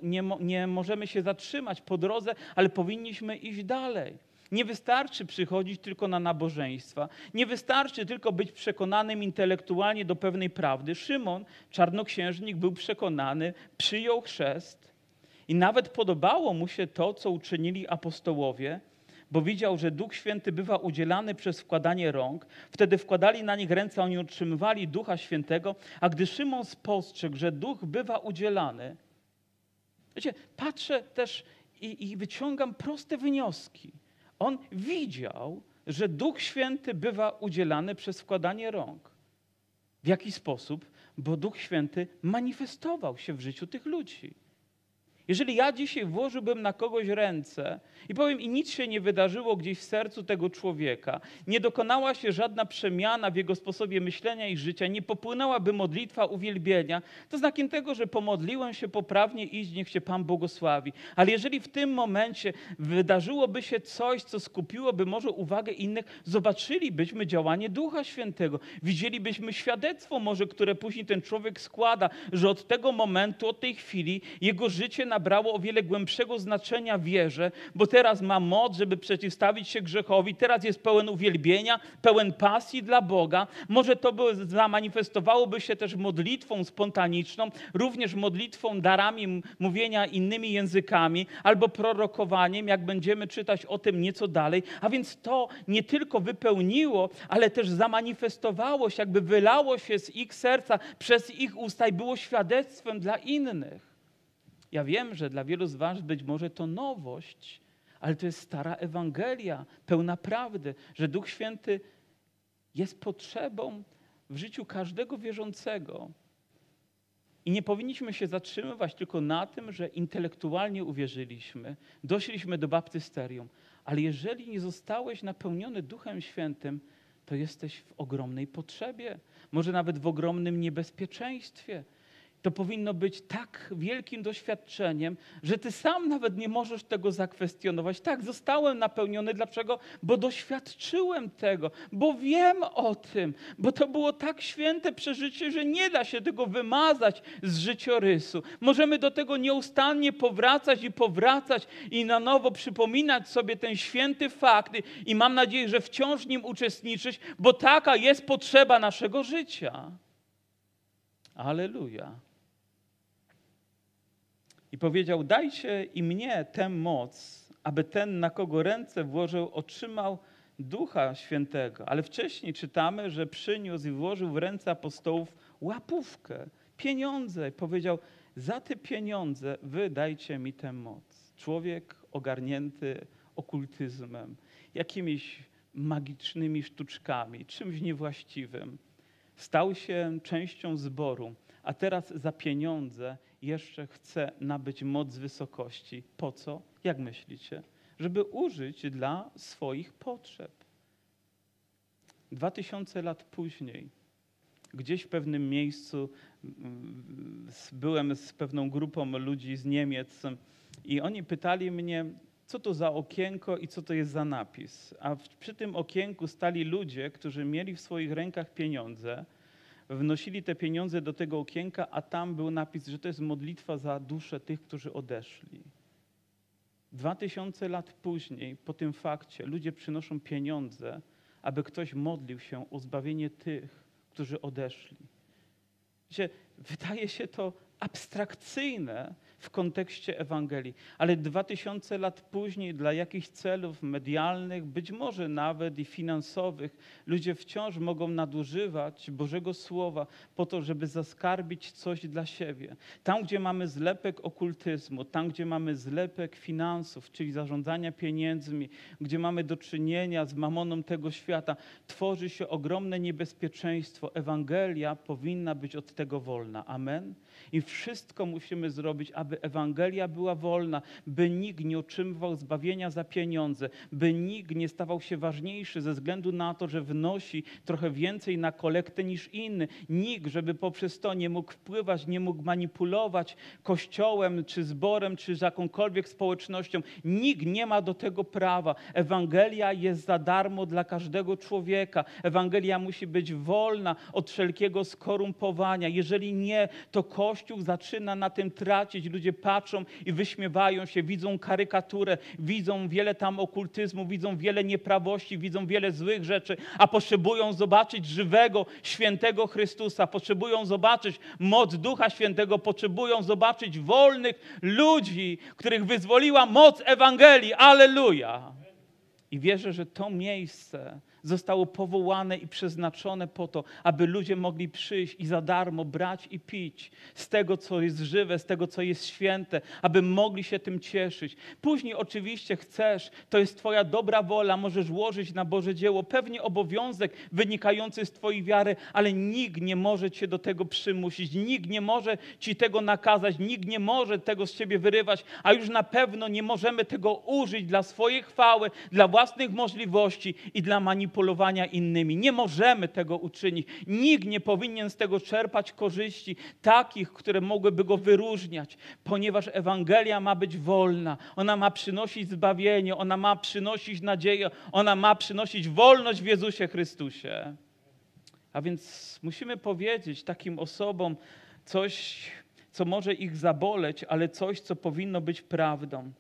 A: nie możemy się zatrzymać po drodze, ale powinniśmy iść dalej. Nie wystarczy przychodzić tylko na nabożeństwa. Nie wystarczy tylko być przekonanym intelektualnie do pewnej prawdy. Szymon, czarnoksiężnik, był przekonany, przyjął chrzest i nawet podobało mu się to, co uczynili apostołowie, bo widział, że Duch Święty bywa udzielany przez wkładanie rąk. Wtedy wkładali na nich ręce, oni otrzymywali Ducha Świętego, a gdy Szymon spostrzegł, że Duch bywa udzielany, wiecie, patrzę też i wyciągam proste wnioski. On widział, że Duch Święty bywa udzielany przez wkładanie rąk. W jaki sposób? Bo Duch Święty manifestował się w życiu tych ludzi. Jeżeli ja dzisiaj włożyłbym na kogoś ręce i powiem, i nic się nie wydarzyło gdzieś w sercu tego człowieka, nie dokonała się żadna przemiana w jego sposobie myślenia i życia, nie popłynęłaby modlitwa uwielbienia, to znakiem tego, że pomodliłem się poprawnie, iść, niech się Pan błogosławi. Ale jeżeli w tym momencie wydarzyłoby się coś, co skupiłoby może uwagę innych, zobaczylibyśmy działanie Ducha Świętego. Widzielibyśmy świadectwo może, które później ten człowiek składa, że od tego momentu, od tej chwili jego życie nabrało o wiele głębszego znaczenia w wierze, bo teraz ma moc, żeby przeciwstawić się grzechowi, teraz jest pełen uwielbienia, pełen pasji dla Boga. Może to zamanifestowałoby się też modlitwą spontaniczną, również modlitwą, darami mówienia innymi językami, albo prorokowaniem, jak będziemy czytać o tym nieco dalej. A więc to nie tylko wypełniło, ale też zamanifestowało się, jakby wylało się z ich serca, przez ich usta i było świadectwem dla innych. Ja wiem, że dla wielu z was być może to nowość, ale to jest stara Ewangelia, pełna prawdy, że Duch Święty jest potrzebą w życiu każdego wierzącego. I nie powinniśmy się zatrzymywać tylko na tym, że intelektualnie uwierzyliśmy, doszliśmy do baptysterium, ale jeżeli nie zostałeś napełniony Duchem Świętym, to jesteś w ogromnej potrzebie, może nawet w ogromnym niebezpieczeństwie. To powinno być tak wielkim doświadczeniem, że ty sam nawet nie możesz tego zakwestionować. Tak, zostałem napełniony. Dlaczego? Bo doświadczyłem tego, bo wiem o tym, bo to było tak święte przeżycie, że nie da się tego wymazać z życiorysu. Możemy do tego nieustannie powracać i na nowo przypominać sobie ten święty fakt i mam nadzieję, że wciąż w nim uczestniczyć, bo taka jest potrzeba naszego życia. Alleluja. I powiedział, dajcie i mnie tę moc, aby ten, na kogo ręce włożył, otrzymał Ducha Świętego. Ale wcześniej czytamy, że przyniósł i włożył w ręce apostołów łapówkę, pieniądze. I powiedział, za te pieniądze wy dajcie mi tę moc. Człowiek ogarnięty okultyzmem, jakimiś magicznymi sztuczkami, czymś niewłaściwym, Stał się częścią zboru, a teraz za pieniądze jeszcze chce nabyć moc z wysokości. Po co? Jak myślicie? Żeby użyć dla swoich potrzeb. 2000 lat później, gdzieś w pewnym miejscu byłem z pewną grupą ludzi z Niemiec i oni pytali mnie, co to za okienko i co to jest za napis. A przy tym okienku stali ludzie, którzy mieli w swoich rękach pieniądze, wnosili te pieniądze do tego okienka, a tam był napis, że to jest modlitwa za duszę tych, którzy odeszli. 2000 lat później, po tym fakcie, ludzie przynoszą pieniądze, aby ktoś modlił się o zbawienie tych, którzy odeszli. Wiecie, wydaje się to abstrakcyjne w kontekście Ewangelii, ale 2000 lat później dla jakichś celów medialnych, być może nawet i finansowych, ludzie wciąż mogą nadużywać Bożego Słowa po to, żeby zaskarbić coś dla siebie. Tam, gdzie mamy zlepek okultyzmu, tam, gdzie mamy zlepek finansów, czyli zarządzania pieniędzmi, gdzie mamy do czynienia z mamoną tego świata, tworzy się ogromne niebezpieczeństwo. Ewangelia powinna być od tego wolna. Amen? I wszystko musimy zrobić, aby Ewangelia była wolna, by nikt nie otrzymywał zbawienia za pieniądze, by nikt nie stawał się ważniejszy ze względu na to, że wnosi trochę więcej na kolektę niż inny. Nikt, żeby poprzez to nie mógł wpływać, nie mógł manipulować Kościołem, czy zborem, czy jakąkolwiek społecznością. Nikt nie ma do tego prawa. Ewangelia jest za darmo dla każdego człowieka. Ewangelia musi być wolna od wszelkiego skorumpowania. Jeżeli nie, to Kościół zaczyna na tym tracić. Ludzie patrzą i wyśmiewają się, widzą karykaturę, widzą wiele tam okultyzmu, widzą wiele nieprawości, widzą wiele złych rzeczy, a potrzebują zobaczyć żywego, świętego Chrystusa, potrzebują zobaczyć moc Ducha Świętego, potrzebują zobaczyć wolnych ludzi, których wyzwoliła moc Ewangelii. Alleluja! I wierzę, że to miejsce zostało powołane i przeznaczone po to, aby ludzie mogli przyjść i za darmo brać i pić z tego, co jest żywe, z tego, co jest święte, aby mogli się tym cieszyć. Później oczywiście chcesz, to jest twoja dobra wola, możesz łożyć na Boże dzieło, pewnie obowiązek wynikający z twojej wiary, ale nikt nie może cię do tego przymusić, nikt nie może ci tego nakazać, nikt nie może tego z ciebie wyrywać, a już na pewno nie możemy tego użyć dla swojej chwały, dla własnych możliwości i dla manipulowania innymi. Nie możemy tego uczynić. Nikt nie powinien z tego czerpać korzyści, takich, które mogłyby go wyróżniać, ponieważ Ewangelia ma być wolna. Ona ma przynosić zbawienie, ona ma przynosić nadzieję, ona ma przynosić wolność w Jezusie Chrystusie. A więc musimy powiedzieć takim osobom coś, co może ich zaboleć, ale coś, co powinno być prawdą.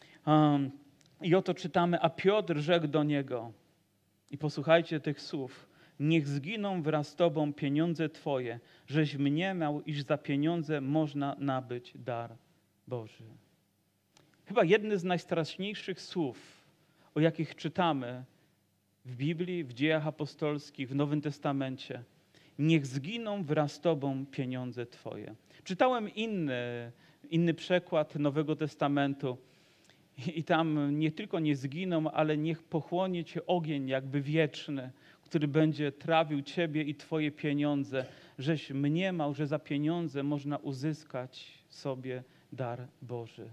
A: I oto czytamy, a Piotr rzekł do niego, i posłuchajcie tych słów, niech zginą wraz z tobą pieniądze twoje, żeś mniemał, iż za pieniądze można nabyć dar Boży. Chyba jedne z najstraszniejszych słów, o jakich czytamy w Biblii, w Dziejach Apostolskich, w Nowym Testamencie. Niech zginą wraz z tobą pieniądze twoje. Czytałem inny przekład Nowego Testamentu. I tam nie tylko nie zginą, ale niech pochłonie cię ogień jakby wieczny, który będzie trawił ciebie i twoje pieniądze, żeś mniemał, że za pieniądze można uzyskać sobie dar Boży.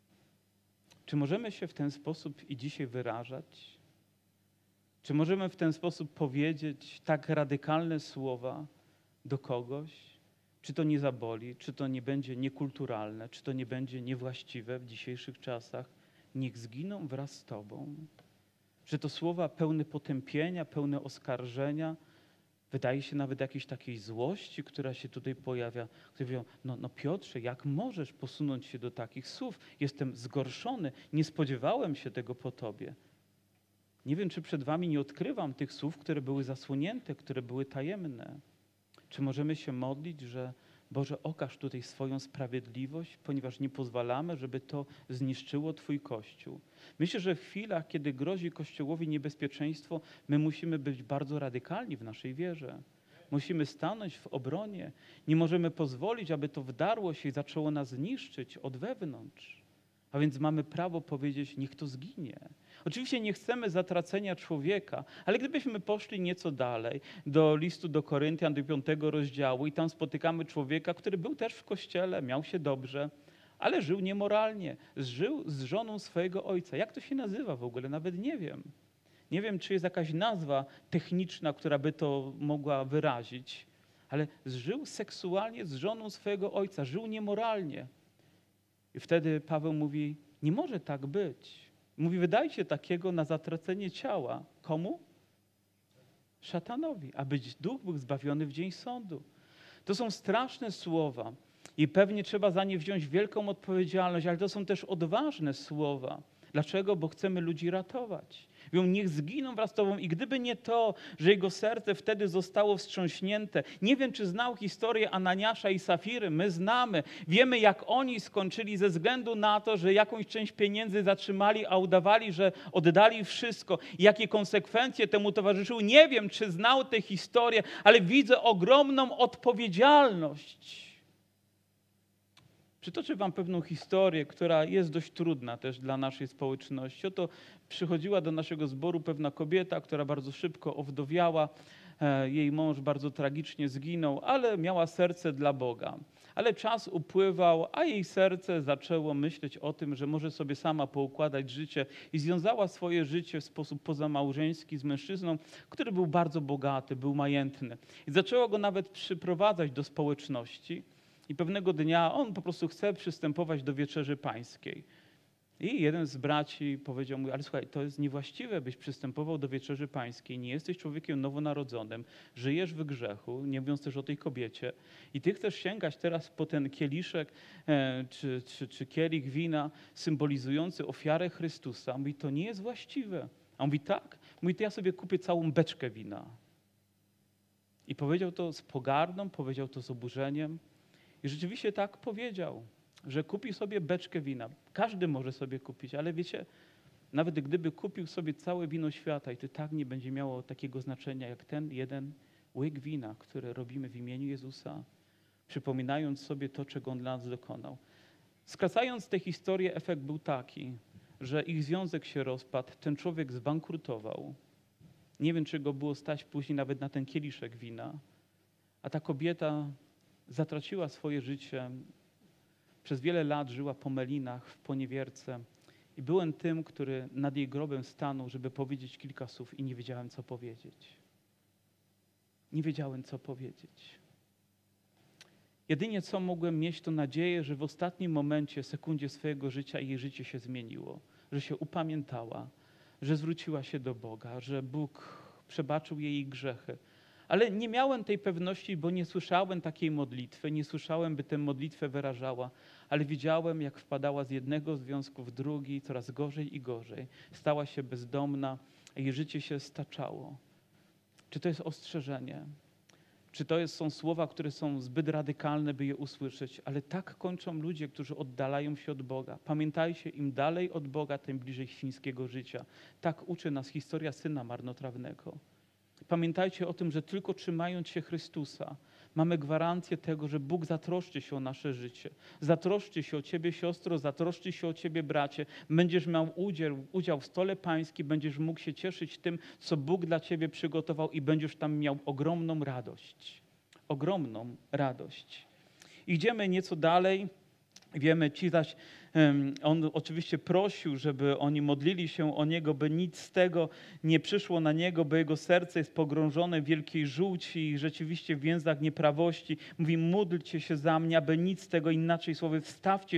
A: Czy możemy się w ten sposób i dzisiaj wyrażać? Czy możemy w ten sposób powiedzieć tak radykalne słowa do kogoś? Czy to nie zaboli? Czy to nie będzie niekulturalne? Czy to nie będzie niewłaściwe w dzisiejszych czasach? Niech zginą wraz z tobą. Że to słowa pełne potępienia, pełne oskarżenia, wydaje się nawet jakiejś takiej złości, która się tutaj pojawia. Którzy mówią, no Piotrze, jak możesz posunąć się do takich słów? Jestem zgorszony, nie spodziewałem się tego po tobie. Nie wiem, czy przed wami nie odkrywam tych słów, które były zasłonięte, które były tajemne. Czy możemy się modlić, że Boże, okaż tutaj swoją sprawiedliwość, ponieważ nie pozwalamy, żeby to zniszczyło Twój Kościół. Myślę, że w chwilach, kiedy grozi Kościołowi niebezpieczeństwo, my musimy być bardzo radykalni w naszej wierze. Musimy stanąć w obronie. Nie możemy pozwolić, aby to wdarło się i zaczęło nas niszczyć od wewnątrz. A więc mamy prawo powiedzieć, niech to zginie. Oczywiście nie chcemy zatracenia człowieka, ale gdybyśmy poszli nieco dalej, do listu do Koryntian, do 5 rozdziału i tam spotykamy człowieka, który był też w kościele, miał się dobrze, ale żył niemoralnie, żył z żoną swojego ojca. Jak to się nazywa w ogóle? Nawet nie wiem. Nie wiem, czy jest jakaś nazwa techniczna, która by to mogła wyrazić, ale żył seksualnie z żoną swojego ojca, żył niemoralnie. I wtedy Paweł mówi, nie może tak być. Mówi, wydajcie takiego na zatracenie ciała. Komu? Szatanowi, aby duch był zbawiony w dzień sądu. To są straszne słowa i pewnie trzeba za nie wziąć wielką odpowiedzialność, ale to są też odważne słowa. Dlaczego? Bo chcemy ludzi ratować. Mówią, niech zginą wraz z Tobą. I gdyby nie to, że jego serce wtedy zostało wstrząśnięte. Nie wiem, czy znał historię Ananiasza i Safiry. My znamy. Wiemy, jak oni skończyli ze względu na to, że jakąś część pieniędzy zatrzymali, a udawali, że oddali wszystko. Jakie konsekwencje temu towarzyszyły. Nie wiem, czy znał tę historię, ale widzę ogromną odpowiedzialność. Przytoczę wam pewną historię, która jest dość trudna też dla naszej społeczności. Oto przychodziła do naszego zboru pewna kobieta, która bardzo szybko owdowiała. Jej mąż bardzo tragicznie zginął, ale miała serce dla Boga. Ale czas upływał, a jej serce zaczęło myśleć o tym, że może sobie sama poukładać życie i związała swoje życie w sposób pozamałżeński z mężczyzną, który był bardzo bogaty, był majętny. I zaczęła go nawet przyprowadzać do społeczności. I pewnego dnia on po prostu chce przystępować do wieczerzy pańskiej. I jeden z braci powiedział mu, ale słuchaj, to jest niewłaściwe, byś przystępował do wieczerzy pańskiej. Nie jesteś człowiekiem nowonarodzonym, żyjesz w grzechu, nie mówiąc też o tej kobiecie. I ty chcesz sięgać teraz po ten kieliszek czy kielich wina symbolizujący ofiarę Chrystusa. Mówi, to nie jest właściwe. A on mówi, tak? Mówi, to ja sobie kupię całą beczkę wina. I powiedział to z pogardą, powiedział to z oburzeniem. I rzeczywiście tak powiedział, że kupi sobie beczkę wina. Każdy może sobie kupić, ale wiecie, nawet gdyby kupił sobie całe wino świata i to tak nie będzie miało takiego znaczenia jak ten jeden łyk wina, który robimy w imieniu Jezusa, przypominając sobie to, czego On dla nas dokonał. Skracając tę historię, efekt był taki, że ich związek się rozpadł, ten człowiek zbankrutował. Nie wiem, czy go było stać później nawet na ten kieliszek wina, a ta kobieta zatraciła swoje życie, przez wiele lat żyła po melinach, w poniewierce i byłem tym, który nad jej grobem stanął, żeby powiedzieć kilka słów i nie wiedziałem, co powiedzieć. Nie wiedziałem, co powiedzieć. Jedynie co mogłem mieć, to nadzieję, że w ostatnim momencie, sekundzie swojego życia jej życie się zmieniło, że się upamiętała, że zwróciła się do Boga, że Bóg przebaczył jej grzechy. Ale nie miałem tej pewności, bo nie słyszałem takiej modlitwy, nie słyszałem, by tę modlitwę wyrażała, ale widziałem, jak wpadała z jednego związku w drugi, coraz gorzej i gorzej. Stała się bezdomna, a jej życie się staczało. Czy to jest ostrzeżenie? Czy to są słowa, które są zbyt radykalne, by je usłyszeć? Ale tak kończą ludzie, którzy oddalają się od Boga. Pamiętajcie, im dalej od Boga, tym bliżej świńskiego życia. Tak uczy nas historia syna marnotrawnego. Pamiętajcie o tym, że tylko trzymając się Chrystusa, mamy gwarancję tego, że Bóg zatroszczy się o nasze życie. Zatroszczy się o ciebie, siostro, zatroszczy się o ciebie, bracie. Będziesz miał udział w stole pańskim, będziesz mógł się cieszyć tym, co Bóg dla ciebie przygotował i będziesz tam miał ogromną radość. Ogromną radość. Idziemy nieco dalej. Wiemy, ci zaś, on oczywiście prosił, żeby oni modlili się o niego, by nic z tego nie przyszło na niego, bo jego serce jest pogrążone w wielkiej żółci i rzeczywiście w więzach nieprawości. Mówi, módlcie się za mnie, aby nic z tego, inaczej słowy, wstawcie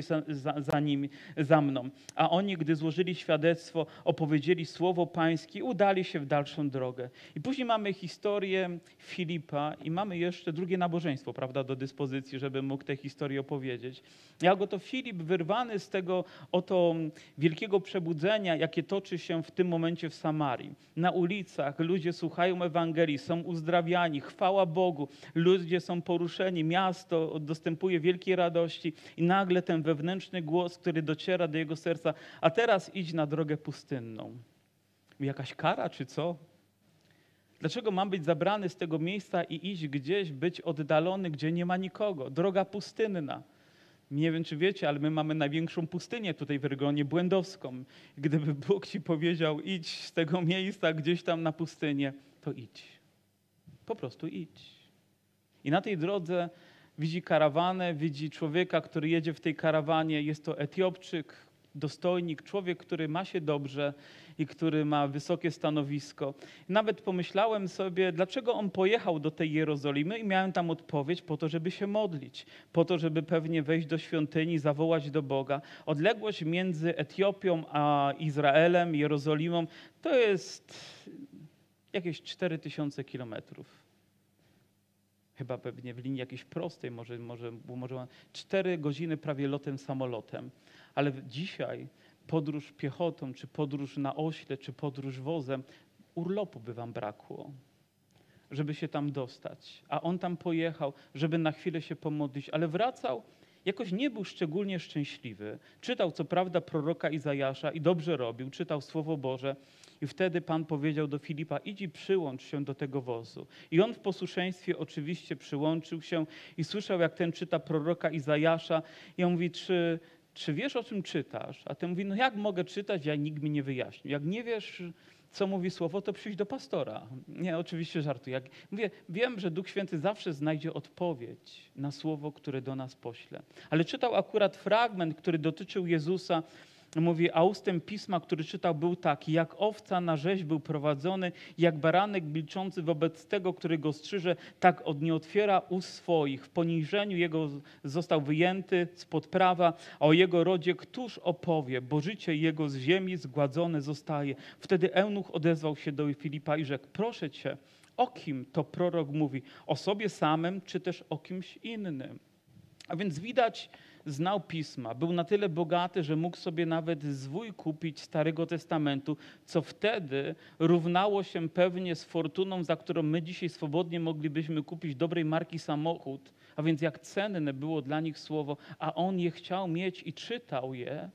A: za mną. A oni, gdy złożyli świadectwo, opowiedzieli słowo pańskie i udali się w dalszą drogę. I później mamy historię Filipa i mamy jeszcze drugie nabożeństwo, prawda, do dyspozycji, żeby mógł tę historię opowiedzieć. Jak oto Filip, wyrwany z tego oto wielkiego przebudzenia, jakie toczy się w tym momencie w Samarii. Na ulicach ludzie słuchają Ewangelii, są uzdrawiani, chwała Bogu, ludzie są poruszeni, miasto dostępuje wielkiej radości i nagle ten wewnętrzny głos, który dociera do jego serca, a teraz idź na drogę pustynną. Jakaś kara czy co? Dlaczego mam być zabrany z tego miejsca i iść gdzieś, być oddalony, gdzie nie ma nikogo? Droga pustynna. Nie wiem, czy wiecie, ale my mamy największą pustynię tutaj w regionie błędowską. Gdyby Bóg ci powiedział, idź z tego miejsca gdzieś tam na pustynię, to idź. Po prostu idź. I na tej drodze widzi karawanę, widzi człowieka, który jedzie w tej karawanie. Jest to Etiopczyk, dostojnik, człowiek, który ma się dobrze i który ma wysokie stanowisko. Nawet pomyślałem sobie, dlaczego on pojechał do tej Jerozolimy i miałem tam odpowiedź po to, żeby się modlić, po to, żeby pewnie wejść do świątyni, zawołać do Boga. Odległość między Etiopią a Izraelem, Jerozolimą, to jest jakieś 4000 kilometrów. Chyba pewnie w linii jakiejś prostej, może 4 godziny prawie lotem samolotem. Ale dzisiaj podróż piechotą, czy podróż na ośle, czy podróż wozem, urlopu by wam brakło, żeby się tam dostać. A on tam pojechał, żeby na chwilę się pomodlić, ale wracał, jakoś nie był szczególnie szczęśliwy. Czytał co prawda proroka Izajasza i dobrze robił, czytał Słowo Boże. I wtedy Pan powiedział do Filipa, idź i przyłącz się do tego wozu. I on w posłuszeństwie oczywiście przyłączył się i słyszał, jak ten czyta proroka Izajasza. I on mówi, czy wiesz, o czym czytasz? A ten mówi, no jak mogę czytać, jak nikt mi nie wyjaśnił. Jak nie wiesz, co mówi Słowo, to przyjdź do pastora. Nie, oczywiście żartuję. Mówię, wiem, że Duch Święty zawsze znajdzie odpowiedź na Słowo, które do nas pośle. Ale czytał akurat fragment, który dotyczył Jezusa. Mówi, a ustęp pisma, który czytał, był taki, jak owca na rzeź był prowadzony, jak baranek milczący wobec tego, który go strzyże, tak nie otwiera ust swoich. W poniżeniu jego został wyjęty spod prawa, a o jego rodzie któż opowie, bo życie jego z ziemi zgładzone zostaje. Wtedy eunuch odezwał się do Filipa i rzekł, proszę cię, o kim to prorok mówi? O sobie samym, czy też o kimś innym? A więc widać, znał Pisma, był na tyle bogaty, że mógł sobie nawet zwój kupić Starego Testamentu, co wtedy równało się pewnie z fortuną, za którą my dzisiaj swobodnie moglibyśmy kupić dobrej marki samochód, a więc jak cenne było dla nich Słowo, a on je chciał mieć i czytał je,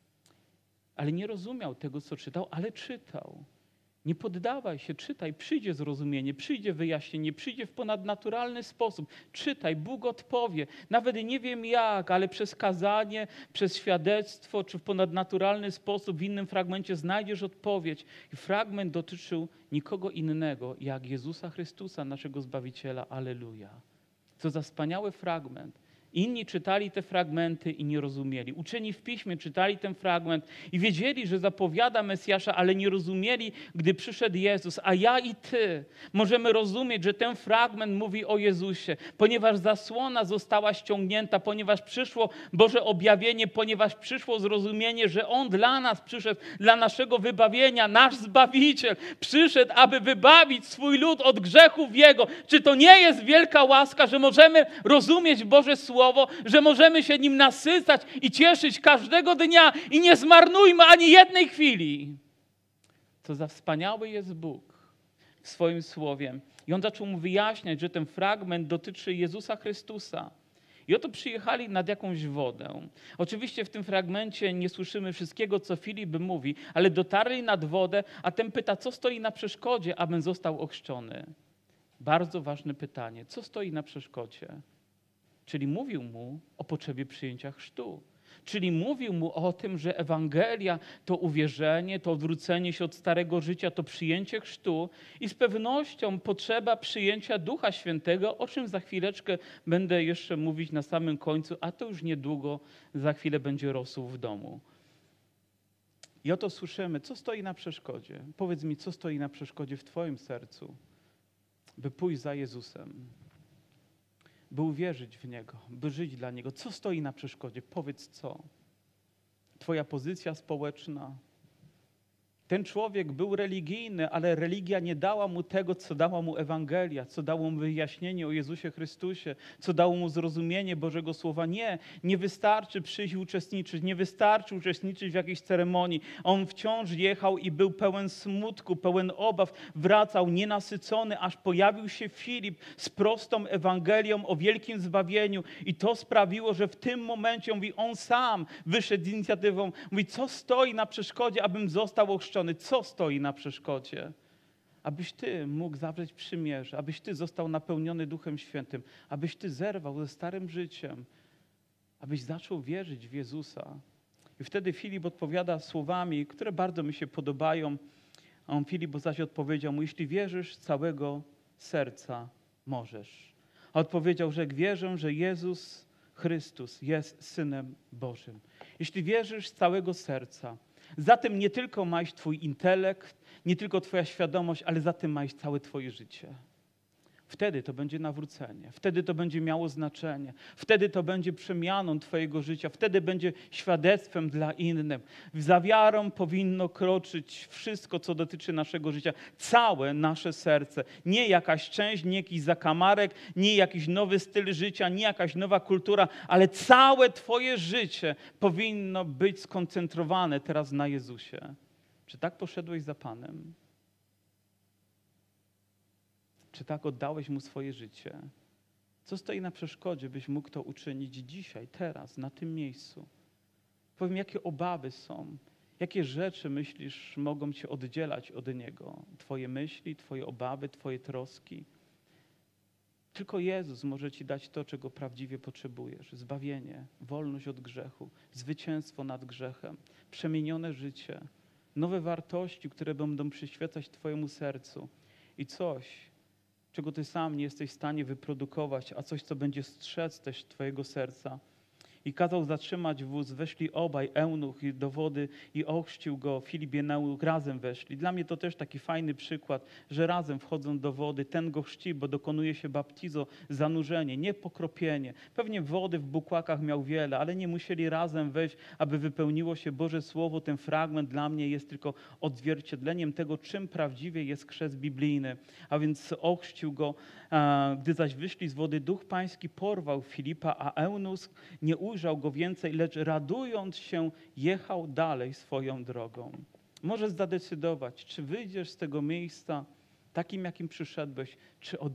A: ale nie rozumiał tego, co czytał, ale czytał. Nie poddawaj się, czytaj, przyjdzie zrozumienie, przyjdzie wyjaśnienie, przyjdzie w ponadnaturalny sposób. Czytaj, Bóg odpowie. Nawet nie wiem jak, ale przez kazanie, przez świadectwo, czy w ponadnaturalny sposób w innym fragmencie znajdziesz odpowiedź. I fragment dotyczył nikogo innego, jak Jezusa Chrystusa, naszego Zbawiciela. Alleluja. Co za wspaniały fragment. Inni czytali te fragmenty i nie rozumieli. Uczeni w Piśmie czytali ten fragment i wiedzieli, że zapowiada Mesjasza, ale nie rozumieli, gdy przyszedł Jezus. A ja i ty możemy rozumieć, że ten fragment mówi o Jezusie, ponieważ zasłona została ściągnięta, ponieważ przyszło Boże objawienie, ponieważ przyszło zrozumienie, że On dla nas przyszedł, dla naszego wybawienia, nasz Zbawiciel przyszedł, aby wybawić swój lud od grzechów Jego. Czy to nie jest wielka łaska, że możemy rozumieć Boże Słowo, że możemy się nim nasycać i cieszyć każdego dnia i nie zmarnujmy ani jednej chwili. Co za wspaniały jest Bóg w swoim Słowie. I on zaczął mu wyjaśniać, że ten fragment dotyczy Jezusa Chrystusa. I oto przyjechali nad jakąś wodę. Oczywiście w tym fragmencie nie słyszymy wszystkiego, co Filip mówi, ale dotarli nad wodę, a ten pyta, co stoi na przeszkodzie, abym został ochrzczony. Bardzo ważne pytanie. Co stoi na przeszkodzie? Czyli mówił mu o potrzebie przyjęcia chrztu. Czyli mówił mu o tym, że Ewangelia to uwierzenie, to odwrócenie się od starego życia, to przyjęcie chrztu i z pewnością potrzeba przyjęcia Ducha Świętego, o czym za chwileczkę będę jeszcze mówić na samym końcu, a to już niedługo, za chwilę będzie rosół w domu. I oto słyszymy, co stoi na przeszkodzie. Powiedz mi, co stoi na przeszkodzie w twoim sercu, by pójść za Jezusem. By uwierzyć w Niego, by żyć dla Niego. Co stoi na przeszkodzie? Powiedz co. Twoja pozycja społeczna. Ten człowiek był religijny, ale religia nie dała mu tego, co dała mu Ewangelia, co dało mu wyjaśnienie o Jezusie Chrystusie, co dało mu zrozumienie Bożego Słowa. Nie wystarczy przyjść i uczestniczyć, nie wystarczy uczestniczyć w jakiejś ceremonii. On wciąż jechał i był pełen smutku, pełen obaw, wracał nienasycony, aż pojawił się Filip z prostą Ewangelią o wielkim zbawieniu i to sprawiło, że w tym momencie, mówi, on sam wyszedł z inicjatywą, mówi, co stoi na przeszkodzie, abym został ochrzczony. Co stoi na przeszkodzie? Abyś ty mógł zawrzeć przymierze, abyś ty został napełniony Duchem Świętym, abyś ty zerwał ze starym życiem, abyś zaczął wierzyć w Jezusa. I wtedy Filip odpowiada słowami, które bardzo mi się podobają. A Filip zaś odpowiedział mu, jeśli wierzysz z całego serca, możesz. A odpowiedział, że wierzę, że Jezus Chrystus jest Synem Bożym. Jeśli wierzysz z całego serca, zatem nie tylko ma iść twój intelekt, nie tylko twoja świadomość, ale za tym ma iść całe twoje życie. Wtedy to będzie nawrócenie, wtedy to będzie miało znaczenie, wtedy to będzie przemianą twojego życia, wtedy będzie świadectwem dla innych. Za wiarą powinno kroczyć wszystko, co dotyczy naszego życia, całe nasze serce. Nie jakaś część, nie jakiś zakamarek, nie jakiś nowy styl życia, nie jakaś nowa kultura, ale całe twoje życie powinno być skoncentrowane teraz na Jezusie. Czy tak poszedłeś za Panem? Czy tak oddałeś Mu swoje życie? Co stoi na przeszkodzie, byś mógł to uczynić dzisiaj, teraz, na tym miejscu? Powiem, jakie obawy są, jakie rzeczy myślisz mogą cię oddzielać od Niego? Twoje myśli, twoje obawy, twoje troski. Tylko Jezus może ci dać to, czego prawdziwie potrzebujesz. Zbawienie, wolność od grzechu, zwycięstwo nad grzechem, przemienione życie, nowe wartości, które będą przyświecać twojemu sercu i coś, czego ty sam nie jesteś w stanie wyprodukować, a coś, co będzie strzec też twojego serca. I kazał zatrzymać wóz, weszli obaj, eunuch do wody i ochrzcił go, Filip i eunuch razem weszli. Dla mnie to też taki fajny przykład, że razem wchodzą do wody, ten go chrzci, bo dokonuje się baptizo, zanurzenie, nie pokropienie. Pewnie wody w bukłakach miał wiele, ale nie musieli razem wejść, aby wypełniło się Boże Słowo. Ten fragment dla mnie jest tylko odzwierciedleniem tego, czym prawdziwie jest chrzest biblijny. A więc ochrzcił go, gdy zaś wyszli z wody, Duch Pański porwał Filipa, a eunuch nie ujrzał go więcej, lecz radując się jechał dalej swoją drogą. Możesz zadecydować, czy wyjdziesz z tego miejsca takim, jakim przyszedłeś, czy